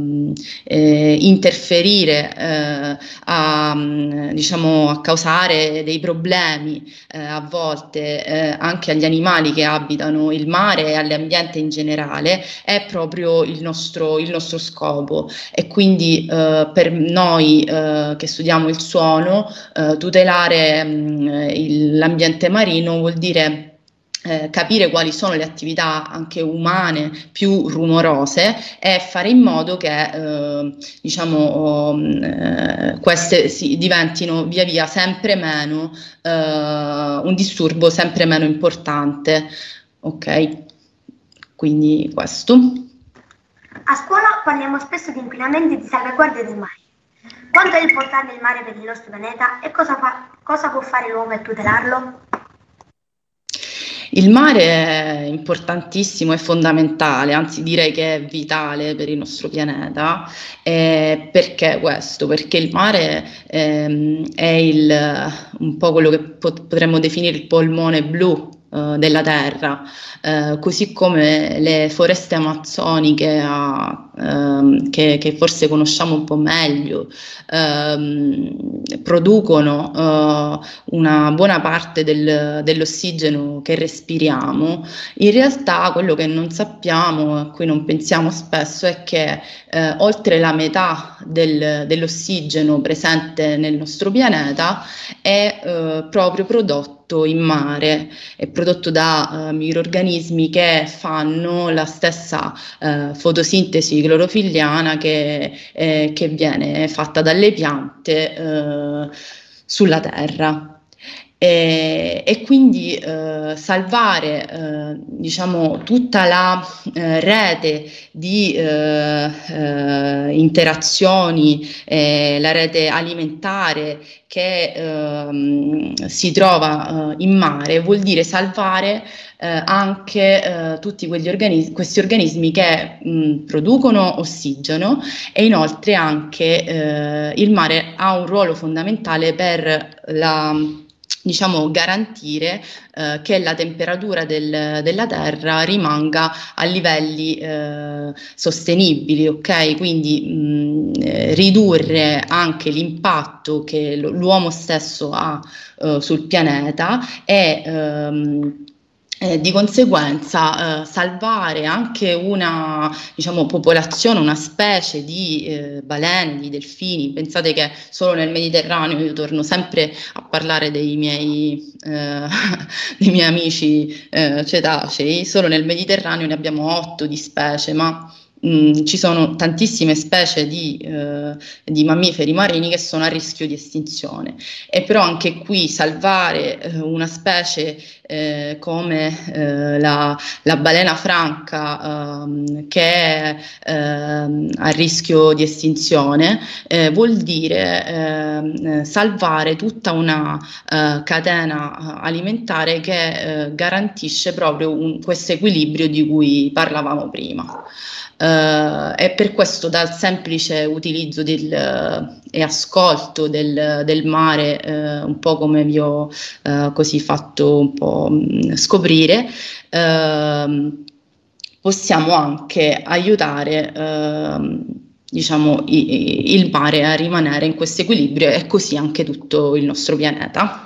Speaker 14: interferire, diciamo, a causare dei problemi a volte anche agli animali che abitano il mare e all'ambiente in generale, è proprio il nostro scopo. E quindi per noi che studiamo il suono, tutelare l'ambiente marino vuol dire capire quali sono le attività anche umane più rumorose e fare in modo che diciamo queste diventino via via sempre meno un disturbo sempre meno importante, ok? Quindi questo.
Speaker 12: A scuola parliamo spesso di inquinamento e di salvaguardia del mare. Quanto è importante il mare per il nostro pianeta e cosa può fare l'uomo per tutelarlo?
Speaker 14: Il mare è importantissimo, è fondamentale, anzi direi che è vitale per il nostro pianeta. Perché questo? Perché il mare è un po' quello che potremmo definire il polmone blu della terra, così come le foreste amazzoniche che forse conosciamo un po' meglio producono una buona parte dell'ossigeno che respiriamo. In realtà quello che non sappiamo, a cui non pensiamo spesso, è che oltre la metà dell'ossigeno presente nel nostro pianeta è proprio prodotto in mare, è prodotto da microrganismi che fanno la stessa fotosintesi clorofilliana che viene fatta dalle piante sulla terra. E quindi salvare diciamo tutta la rete di interazioni, la rete alimentare che si trova in mare, vuol dire salvare anche tutti questi organismi che producono ossigeno, e inoltre anche il mare ha un ruolo fondamentale per diciamo, garantire che la temperatura della Terra rimanga a livelli sostenibili, ok? Quindi ridurre anche l'impatto che l'uomo stesso ha sul pianeta e di conseguenza salvare anche una, diciamo, popolazione, una specie di balene, di delfini. Pensate che solo nel Mediterraneo, io torno sempre a parlare dei miei amici cetacei, solo nel Mediterraneo ne abbiamo 8 di specie, ma ci sono tantissime specie di mammiferi marini che sono a rischio di estinzione, e però anche qui salvare una specie come la balena franca che è a rischio di estinzione vuol dire salvare tutta una catena alimentare che garantisce proprio questo equilibrio di cui parlavamo prima. E per questo, dal semplice utilizzo e ascolto del mare, un po' come vi ho così fatto un po' scoprire, possiamo anche aiutare diciamo, il mare a rimanere in questo equilibrio, e così anche tutto il nostro pianeta.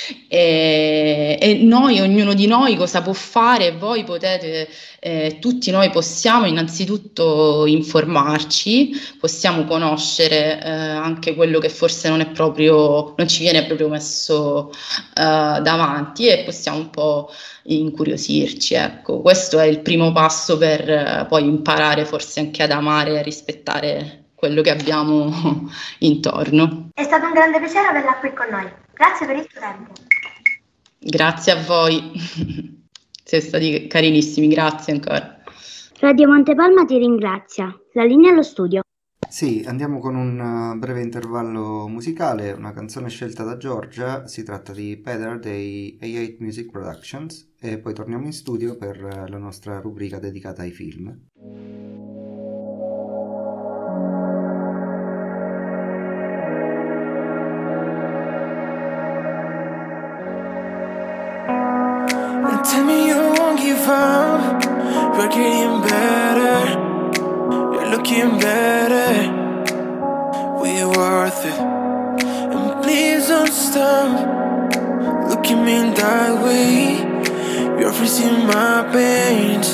Speaker 14: E noi, ognuno di noi, cosa può fare? Voi potete, tutti noi possiamo innanzitutto informarci, possiamo conoscere anche quello che forse non ci viene proprio messo davanti, e possiamo un po' incuriosirci, ecco. Questo è il primo passo per poi imparare forse anche ad amare e a rispettare quello che abbiamo intorno.
Speaker 12: È stato un grande piacere averla qui con noi. Grazie per il tuo tempo.
Speaker 14: Grazie a voi, siete stati carinissimi, grazie ancora.
Speaker 13: Radio Montepalma ti ringrazia. La linea allo studio.
Speaker 5: Sì, andiamo con un breve intervallo musicale, una canzone scelta da Giorgia, si tratta di Better dei A8 Music Productions, e poi torniamo in studio per la nostra rubrica dedicata ai film.
Speaker 15: Tell me you won't give up. You're getting better. You're looking better. We're worth it. And please don't stop looking at me in that way. You're freezing my veins.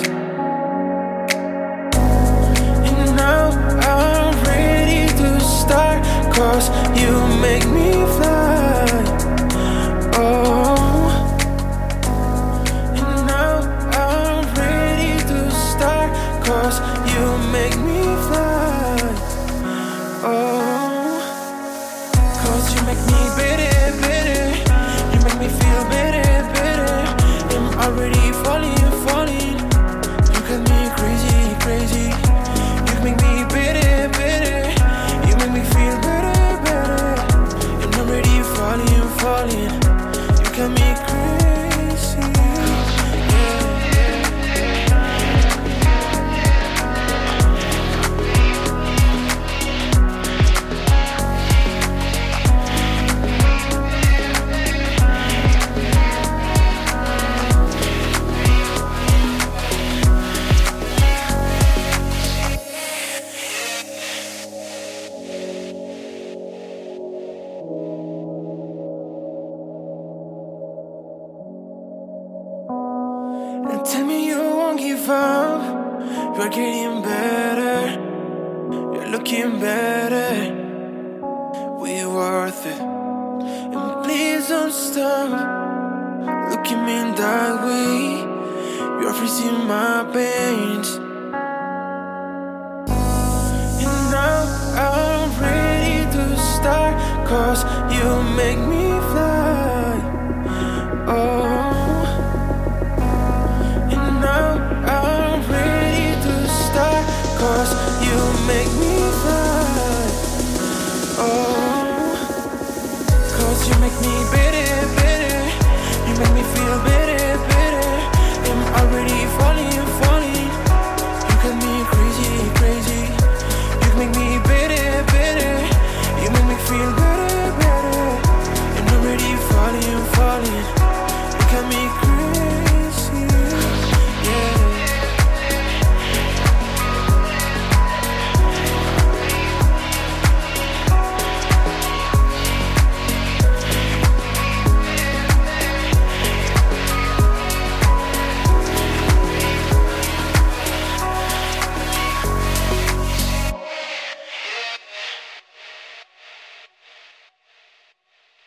Speaker 15: And now I'm ready to start, 'cause you make me fly. Oh, you make me fly. Oh, 'cause you make me better, better. You make me feel better, better. I'm already falling, falling. You got me crazy, crazy. You make me better, better. You make me feel better, better. I'm already falling, falling. You got me crazy. You're getting better. You're looking better. We're worth it. And please don't stop looking at me in that way. You're freezing my veins. And now I'm ready to start, 'cause you make me fly. Oh, and now I'm ready to start, 'cause you make me fly. Oh, 'cause you make me better, better. You make me feel better, better. I'm already falling, falling.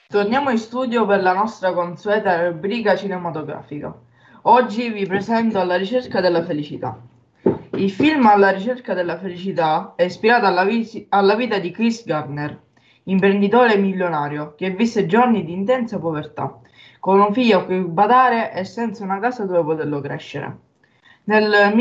Speaker 4: Torniamo in studio per la nostra consueta rubrica cinematografica. Oggi vi presento Alla ricerca della felicità. Il film Alla ricerca della felicità è ispirato alla vita di Chris Gardner, imprenditore milionario che visse giorni di intensa povertà, con un figlio a cui badare e senza una casa dove poterlo crescere. Nel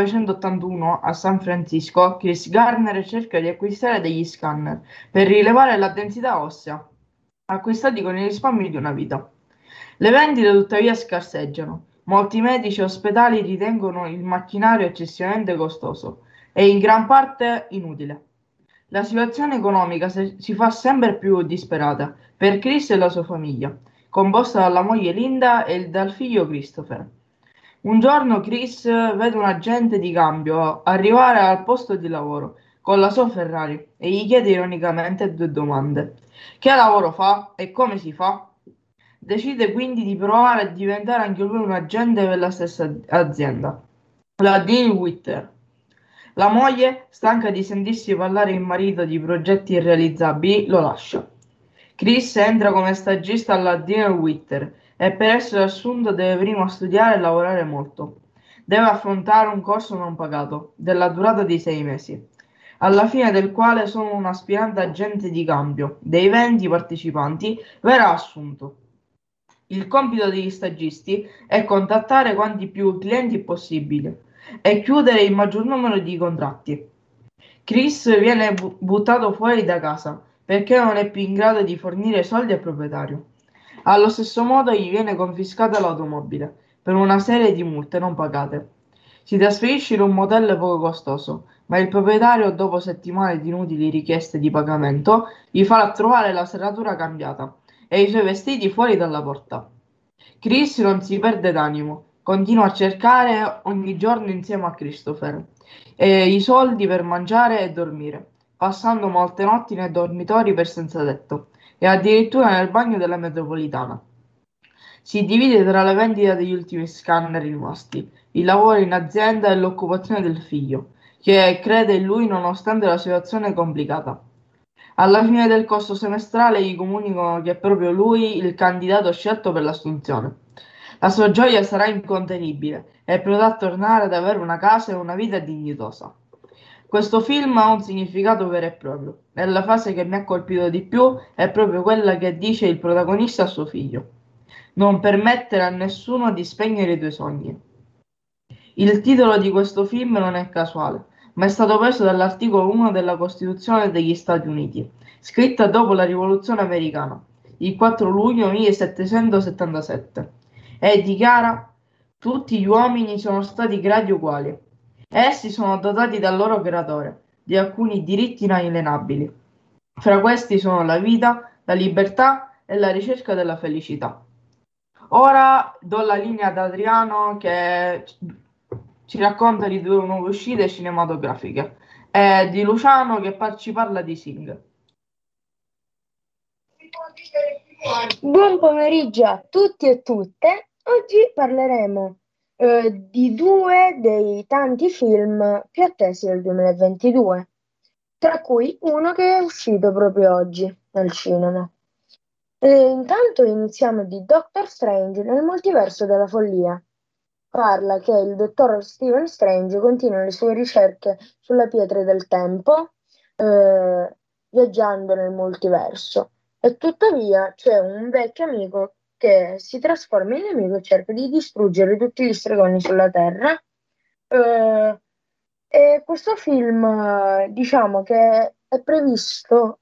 Speaker 4: 1981 a San Francisco, Chris Gardner cerca di acquistare degli scanner per rilevare la densità ossea, acquistati con i risparmi di una vita. Le vendite tuttavia scarseggiano. Molti medici e ospedali ritengono il macchinario eccessivamente costoso e in gran parte inutile. La situazione economica si fa sempre più disperata per Chris e la sua famiglia, composta dalla moglie Linda e dal figlio Christopher. Un giorno Chris vede un agente di cambio arrivare al posto di lavoro con la sua Ferrari e gli chiede ironicamente 2 domande. Che lavoro fa e come si fa? Decide quindi di provare a diventare anche lui un agente per la stessa azienda, la Dean Witter. La moglie, stanca di sentirsi parlare il marito di progetti irrealizzabili, lo lascia. Chris entra come stagista alla Dean Witter e per essere assunto deve prima studiare e lavorare molto. Deve affrontare un corso non pagato, della durata di 6 mesi, alla fine del quale solo un aspirante agente di cambio dei 20 partecipanti verrà assunto. Il compito degli stagisti è contattare quanti più clienti possibile e chiudere il maggior numero di contratti. Chris viene buttato fuori da casa perché non è più in grado di fornire soldi al proprietario. Allo stesso modo gli viene confiscata l'automobile per una serie di multe non pagate. Si trasferisce in un motel poco costoso, ma il proprietario, dopo settimane di inutili richieste di pagamento, gli farà trovare la serratura cambiata e i suoi vestiti fuori dalla porta. Chris non si perde d'animo, continua a cercare ogni giorno insieme a Christopher i soldi per mangiare e dormire, passando molte notti nei dormitori per senza tetto e addirittura nel bagno della metropolitana. Si divide tra la vendita degli ultimi scanner rimasti, il lavoro in azienda e l'occupazione del figlio, che crede in lui nonostante la situazione complicata. Alla fine del corso semestrale gli comunicano che è proprio lui il candidato scelto per l'assunzione. La sua gioia sarà incontenibile e potrà tornare ad avere una casa e una vita dignitosa. Questo film ha un significato vero e proprio, e la frase che mi ha colpito di più è proprio quella che dice il protagonista a suo figlio: non permettere a nessuno di spegnere i tuoi sogni. Il titolo di questo film non è casuale, ma è stato preso dall'articolo 1 della Costituzione degli Stati Uniti, scritta dopo la Rivoluzione Americana, il 4 luglio 1777, e dichiara: tutti gli uomini sono stati creati uguali. Essi sono dotati dal loro creatore di alcuni diritti inalienabili. Fra questi sono la vita, la libertà e la ricerca della felicità. Ora do la linea ad Adriano che ci racconta di 2 nuove uscite cinematografiche e di Luciano che ci parla di Sing.
Speaker 10: Buon pomeriggio a tutti e tutte. Oggi parleremo di 2 dei tanti film più attesi del 2022, tra cui uno che è uscito proprio oggi nel cinema. Intanto iniziamo di Doctor Strange nel multiverso della follia. Parla che il dottor Stephen Strange continua le sue ricerche sulla pietra del tempo, viaggiando nel multiverso, e tuttavia c'è un vecchio amico che si trasforma in nemico e cerca di distruggere tutti gli stregoni sulla Terra. E questo film, diciamo che è prevista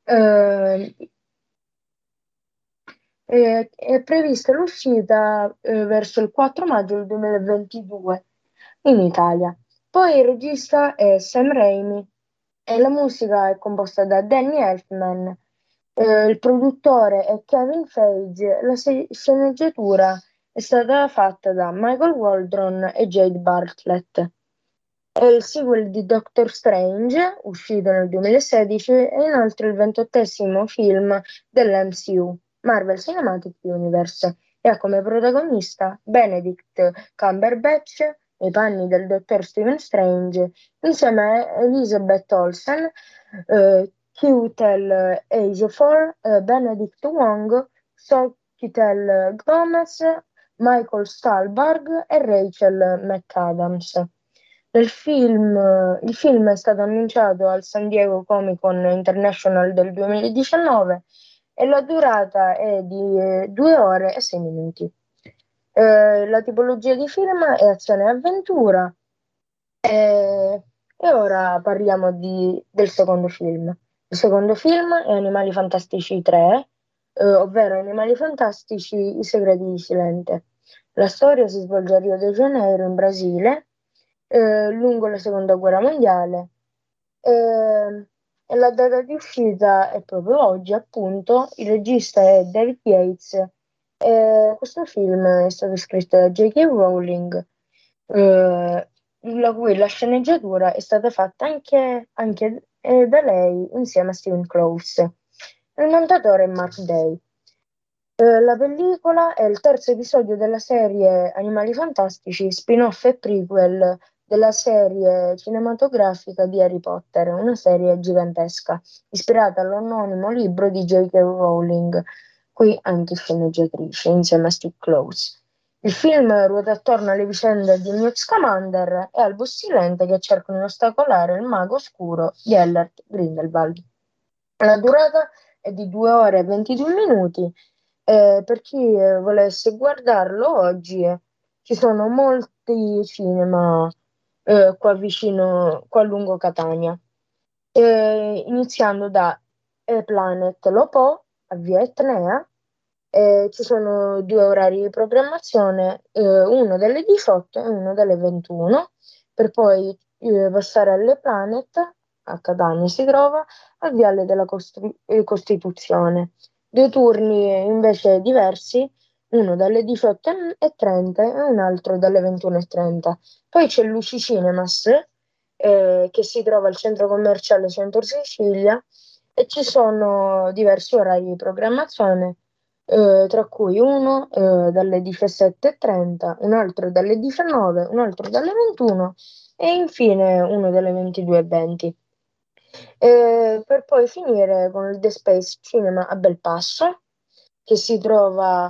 Speaker 10: l'uscita verso il 4 maggio del 2022 in Italia. Poi il regista è Sam Raimi e la musica è composta da Danny Elfman. Il produttore è Kevin Feige, la sceneggiatura è stata fatta da Michael Waldron e Jade Bartlett. È il sequel di Doctor Strange, uscito nel 2016, e inoltre il 28° film dell'MCU, Marvel Cinematic Universe, e ha come protagonista Benedict Cumberbatch nei panni del dottor Stephen Strange, insieme a Elizabeth Olsen,
Speaker 16: Chiwetel Ejiofor, Benedict Wong, Soquitel Gomez, Michael Stuhlbarg e Rachel McAdams. Il film è stato annunciato al San Diego Comic Con International del 2019 e la durata è di 2 ore e 6 minuti. La tipologia di film è azione e avventura. E ora parliamo del secondo film. Il secondo film è Animali Fantastici 3, ovvero Animali Fantastici I segreti di Silente. La storia si svolge a Rio de Janeiro, in Brasile, lungo la seconda guerra mondiale, e la data di uscita è proprio oggi, appunto. Il regista è David Yates e questo film è stato scritto da J.K. Rowling, la sceneggiatura è stata fatta anche da lei insieme a Steven Kloves. Il montatore è Mark Day. La pellicola è il terzo episodio della serie Animali Fantastici, spin-off e prequel della serie cinematografica di Harry Potter, una serie gigantesca, ispirata all'omonimo libro di J.K. Rowling, qui anche sceneggiatrice, insieme a Steve Kloves. Il film ruota attorno alle vicende di Newt Scamander e al Silente che cercano di ostacolare il mago oscuro Gellert Grindelwald. La durata è di 2 ore e 22 minuti. Per chi volesse guardarlo oggi ci sono molti cinema qua vicino, qua lungo Catania, iniziando da Planet Lopo a via Etnea. Ci sono 2 orari di programmazione, uno delle 18 e uno delle 21, per poi passare alle Planet, a Catania si trova, a Viale della Costituzione. 2 turni invece diversi, uno dalle 18:30 e un altro dalle 21:30. Poi c'è Luci Cinemas, che si trova al centro commerciale Centro Sicilia, e ci sono diversi orari di programmazione, tra cui uno dalle 17:30, un altro dalle 19, un altro dalle 21 e infine uno dalle 22:20. Per poi finire con il The Space Cinema a Belpasso, che si trova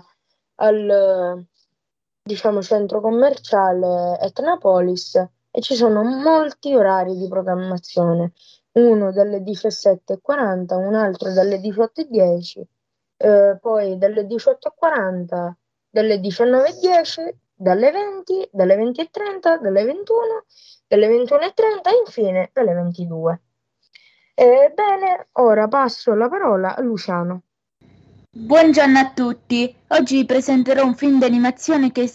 Speaker 16: al centro commerciale Etnapolis, e ci sono molti orari di programmazione, uno dalle 17:40, un altro dalle 18:10, poi dalle 18:40, dalle 19:10, dalle 20, dalle 20:30, dalle 21, dalle 21:30 e infine dalle 22. Bene, ora passo la parola a Luciano.
Speaker 17: Buongiorno a tutti, oggi vi presenterò un film d'animazione che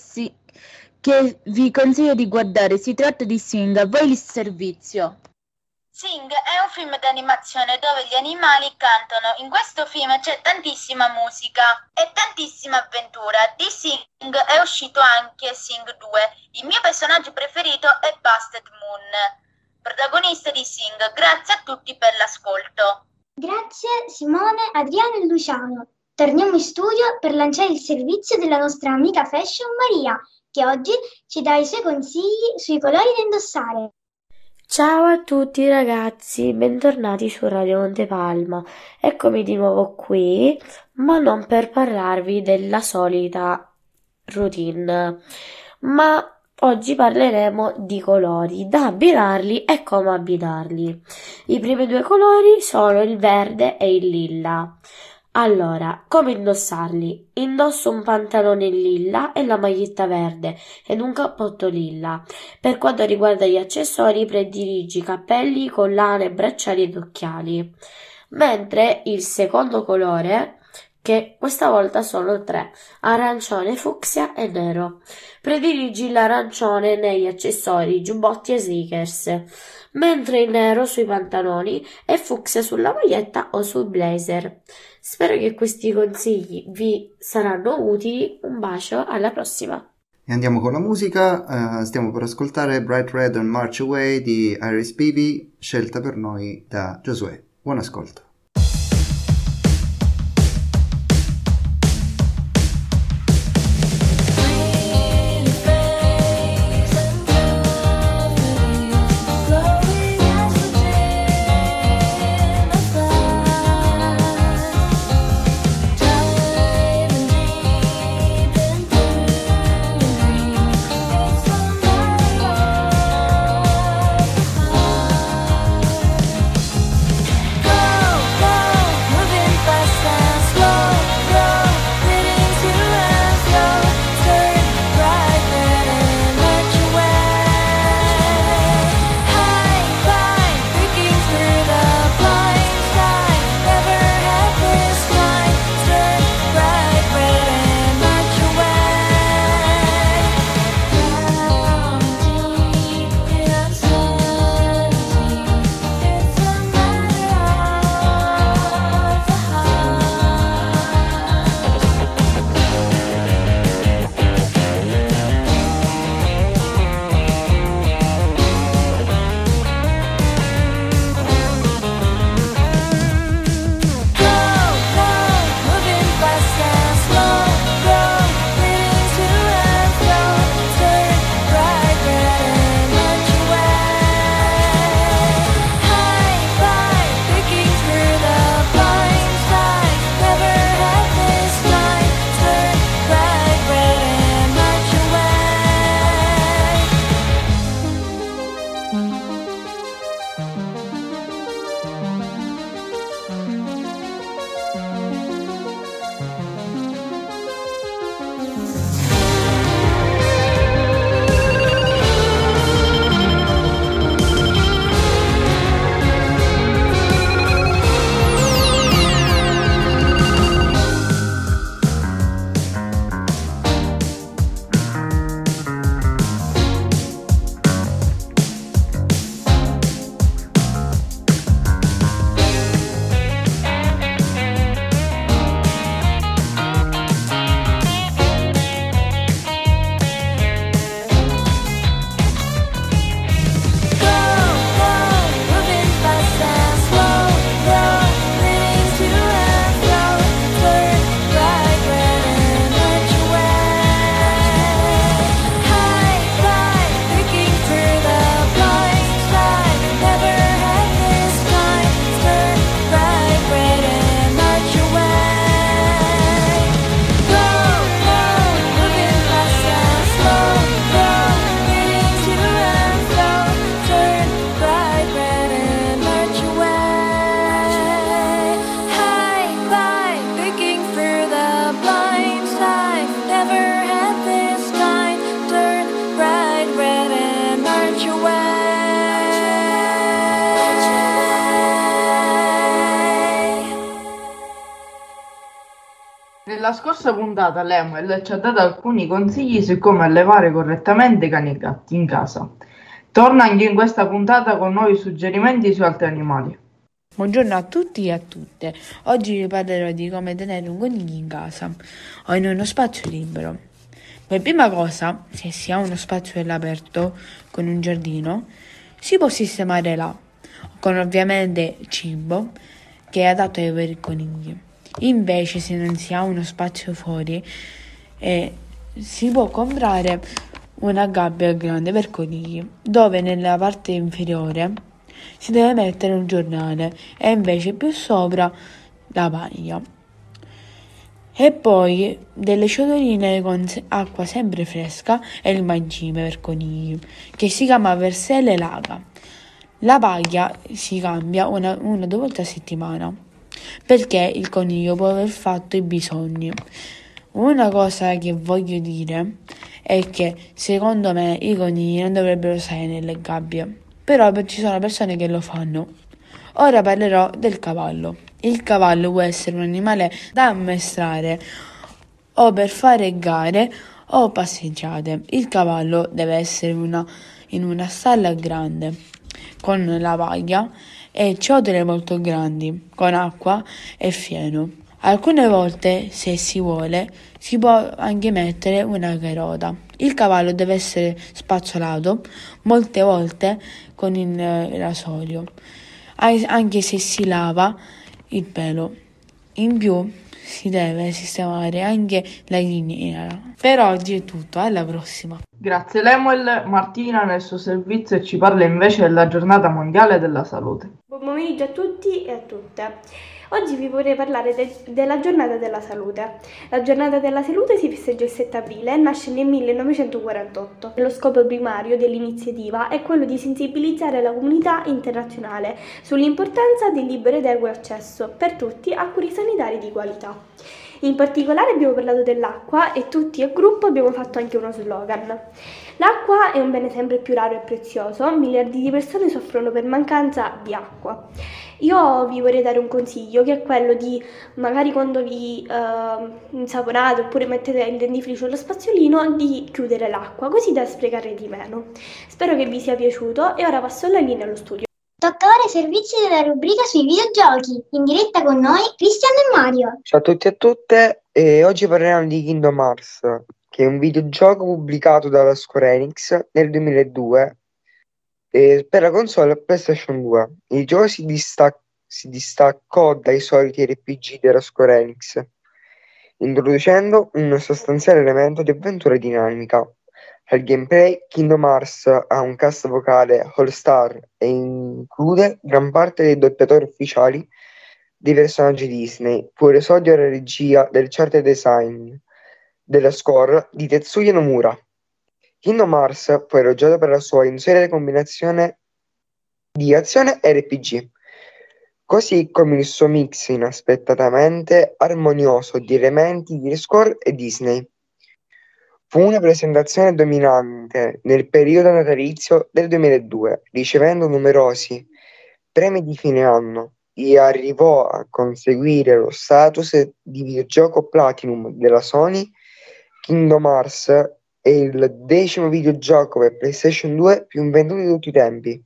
Speaker 17: vi consiglio di guardare. Si tratta di Sing, a voi il servizio.
Speaker 18: Sing è un film d'animazione dove gli animali cantano. In questo film c'è tantissima musica e tantissima avventura. Di Sing è uscito anche Sing 2. Il mio personaggio preferito è Busted Moon, protagonista di Sing. Grazie a tutti per l'ascolto.
Speaker 2: Grazie Simone, Adriano e Luciano. Torniamo in studio per lanciare il servizio della nostra amica Fashion Maria, che oggi ci dà i suoi consigli sui colori da indossare.
Speaker 19: Ciao a tutti ragazzi, bentornati su Radio Montepalma. Eccomi di nuovo qui, ma non per parlarvi della solita routine, ma oggi parleremo di colori, da abbinarli e come abbinarli. I primi 2 colori sono il verde e il lilla. Allora, come indossarli? Indosso un pantalone lilla e la maglietta verde ed un cappotto lilla. Per quanto riguarda gli accessori, prediligi cappelli, collane, bracciali ed occhiali. Mentre il secondo colore, che questa volta sono 3, arancione, fucsia e nero. Prediligi l'arancione negli accessori, giubbotti e sneakers, mentre il nero sui pantaloni e fucsia sulla maglietta o sul blazer. Spero che questi consigli vi saranno utili. Un bacio, alla prossima!
Speaker 5: E andiamo con la musica. Stiamo per ascoltare Bright Red and March Away di Iris Bibi, scelta per noi da Giosuè. Buon ascolto.
Speaker 7: Glowing as the
Speaker 4: Nella scorsa puntata Lemuel ci ha dato alcuni consigli su come allevare correttamente cani e gatti in casa. Torna anche in questa puntata con nuovi suggerimenti su altri animali.
Speaker 20: Buongiorno a tutti e a tutte. Oggi vi parlerò di come tenere un coniglio in casa o in uno spazio libero. Per prima cosa, se si ha uno spazio all'aperto con un giardino, si può sistemare là, con ovviamente cibo che è adatto ai veri conigli. Invece, se non si ha uno spazio fuori, si può comprare una gabbia grande per conigli, dove nella parte inferiore si deve mettere un giornale e invece più sopra la paglia. E poi delle ciotoline con acqua sempre fresca e il mangime per conigli, che si chiama Verselle Laga. La paglia si cambia una o due volte a settimana, perché il coniglio può aver fatto i bisogni. Una cosa che voglio dire è che secondo me i conigli non dovrebbero stare nelle gabbie, però ci sono persone che lo fanno. Ora parlerò del cavallo. Il cavallo può essere un animale da ammaestrare o per fare gare o passeggiate. Il cavallo deve essere in una stalla grande con la paglia e ciotole molto grandi con acqua e fieno. Alcune volte, se si vuole, si può anche mettere una carota. Il cavallo deve essere spazzolato molte volte con il rasoio, anche se si lava il pelo. In più si deve sistemare anche la criniera. Per oggi è tutto, alla prossima.
Speaker 4: Grazie Lemuel. Martina nel suo servizio e ci parla invece della giornata mondiale della salute.
Speaker 21: Buon pomeriggio a tutti e a tutte. Oggi vi vorrei parlare della giornata della salute. La giornata della salute si festeggia il 7 aprile e nasce nel 1948. Lo scopo primario dell'iniziativa è quello di sensibilizzare la comunità internazionale sull'importanza del libero ed equo accesso per tutti a cure sanitarie di qualità. In particolare abbiamo parlato dell'acqua e tutti al gruppo abbiamo fatto anche uno slogan. L'acqua è un bene sempre più raro e prezioso, miliardi di persone soffrono per mancanza di acqua. Io vi vorrei dare un consiglio, che è quello di, magari quando vi insaponate oppure mettete il dentifricio allo spazzolino, di chiudere l'acqua, così da sprecare di meno. Spero che vi sia piaciuto e ora passo la linea allo studio.
Speaker 2: Tocca ora i servizi della rubrica sui videogiochi. In diretta con noi Cristiano e Mario.
Speaker 22: Ciao a tutti e a tutte, e oggi parliamo di Kingdom Hearts, che è un videogioco pubblicato dalla Square Enix nel 2002 per la console PlayStation 2. Il gioco si distaccò dai soliti RPG della Square Enix, introducendo un sostanziale elemento di avventura dinamica. Al gameplay, Kingdom Hearts ha un cast vocale all-star e include gran parte dei doppiatori ufficiali dei personaggi Disney, pur esordio alla regia del chart design della score di Tetsuya Nomura. Kingdom Hearts fu elogiato per la sua inusuale combinazione di azione e RPG, così come il suo mix inaspettatamente armonioso di elementi di Square e Disney. Fu una presentazione dominante nel periodo natalizio del 2002, ricevendo numerosi premi di fine anno, e arrivò a conseguire lo status di videogioco Platinum della Sony. Kingdom Hearts è il 10° videogioco per PlayStation 2 più venduto di tutti i tempi.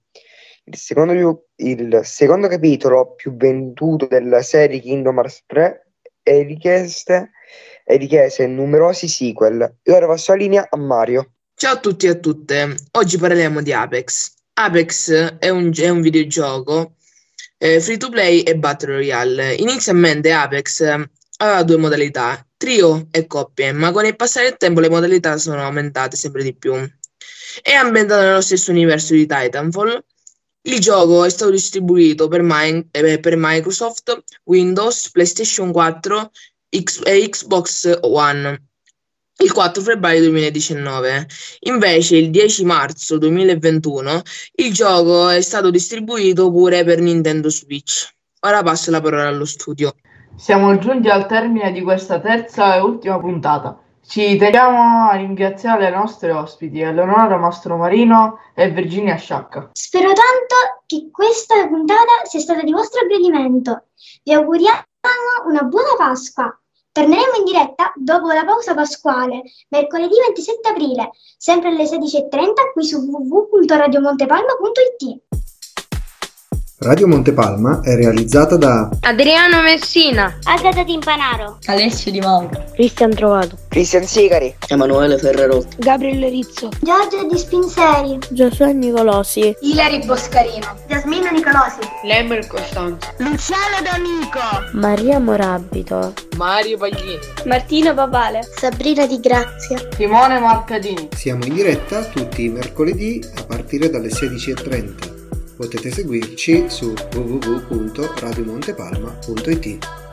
Speaker 22: Il secondo capitolo più venduto della serie Kingdom Hearts 3 e richiese numerosi sequel. E ora passo la linea a Mario.
Speaker 23: Ciao a tutti e a tutte, oggi parliamo di Apex. Apex è un videogioco free to play e Battle Royale. Inizialmente Apex aveva due modalità, trio e coppie, ma con il passare del tempo le modalità sono aumentate sempre di più. È ambientato nello stesso universo di Titanfall. Il gioco è stato distribuito per Microsoft, Windows, PlayStation 4 e Xbox One il 4 febbraio 2019. Invece il 10 marzo 2021 il gioco è stato distribuito pure per Nintendo Switch. Ora passo la parola allo studio.
Speaker 4: Siamo giunti al termine di questa terza e ultima puntata. Ci teniamo a ringraziare le nostre ospiti, Eleonora Mastromarino e Virginia Sciacca.
Speaker 2: Spero tanto che questa puntata sia stata di vostro gradimento. Vi auguriamo una buona Pasqua Torneremo in diretta dopo la pausa pasquale, mercoledì 27 aprile, sempre alle 16:30 qui su www.radiomontepalma.it.
Speaker 5: Radio Montepalma è realizzata da
Speaker 1: Adriano Messina,
Speaker 13: Agata Timpanaro,
Speaker 1: Alessio Di Mauro,
Speaker 10: Cristian Trovato,
Speaker 22: Cristian Sigari,
Speaker 3: Emanuele Ferrarotti,
Speaker 21: Gabriele Rizzo,
Speaker 2: Giorgio Di Spinseri,
Speaker 19: Giosuè Nicolosi,
Speaker 18: Ilari Boscarino,
Speaker 12: Giasmina Nicolosi,
Speaker 3: Lemmer Costanzo,
Speaker 1: Luciano D'Amico,
Speaker 19: Maria Morabito,
Speaker 3: Mario Paglini,
Speaker 21: Martina Papale,
Speaker 8: Sabrina Di Grazia,
Speaker 4: Simone Marcadini.
Speaker 5: Siamo in diretta tutti i mercoledì a partire dalle 16:30. Potete seguirci su www.radiomontepalma.it.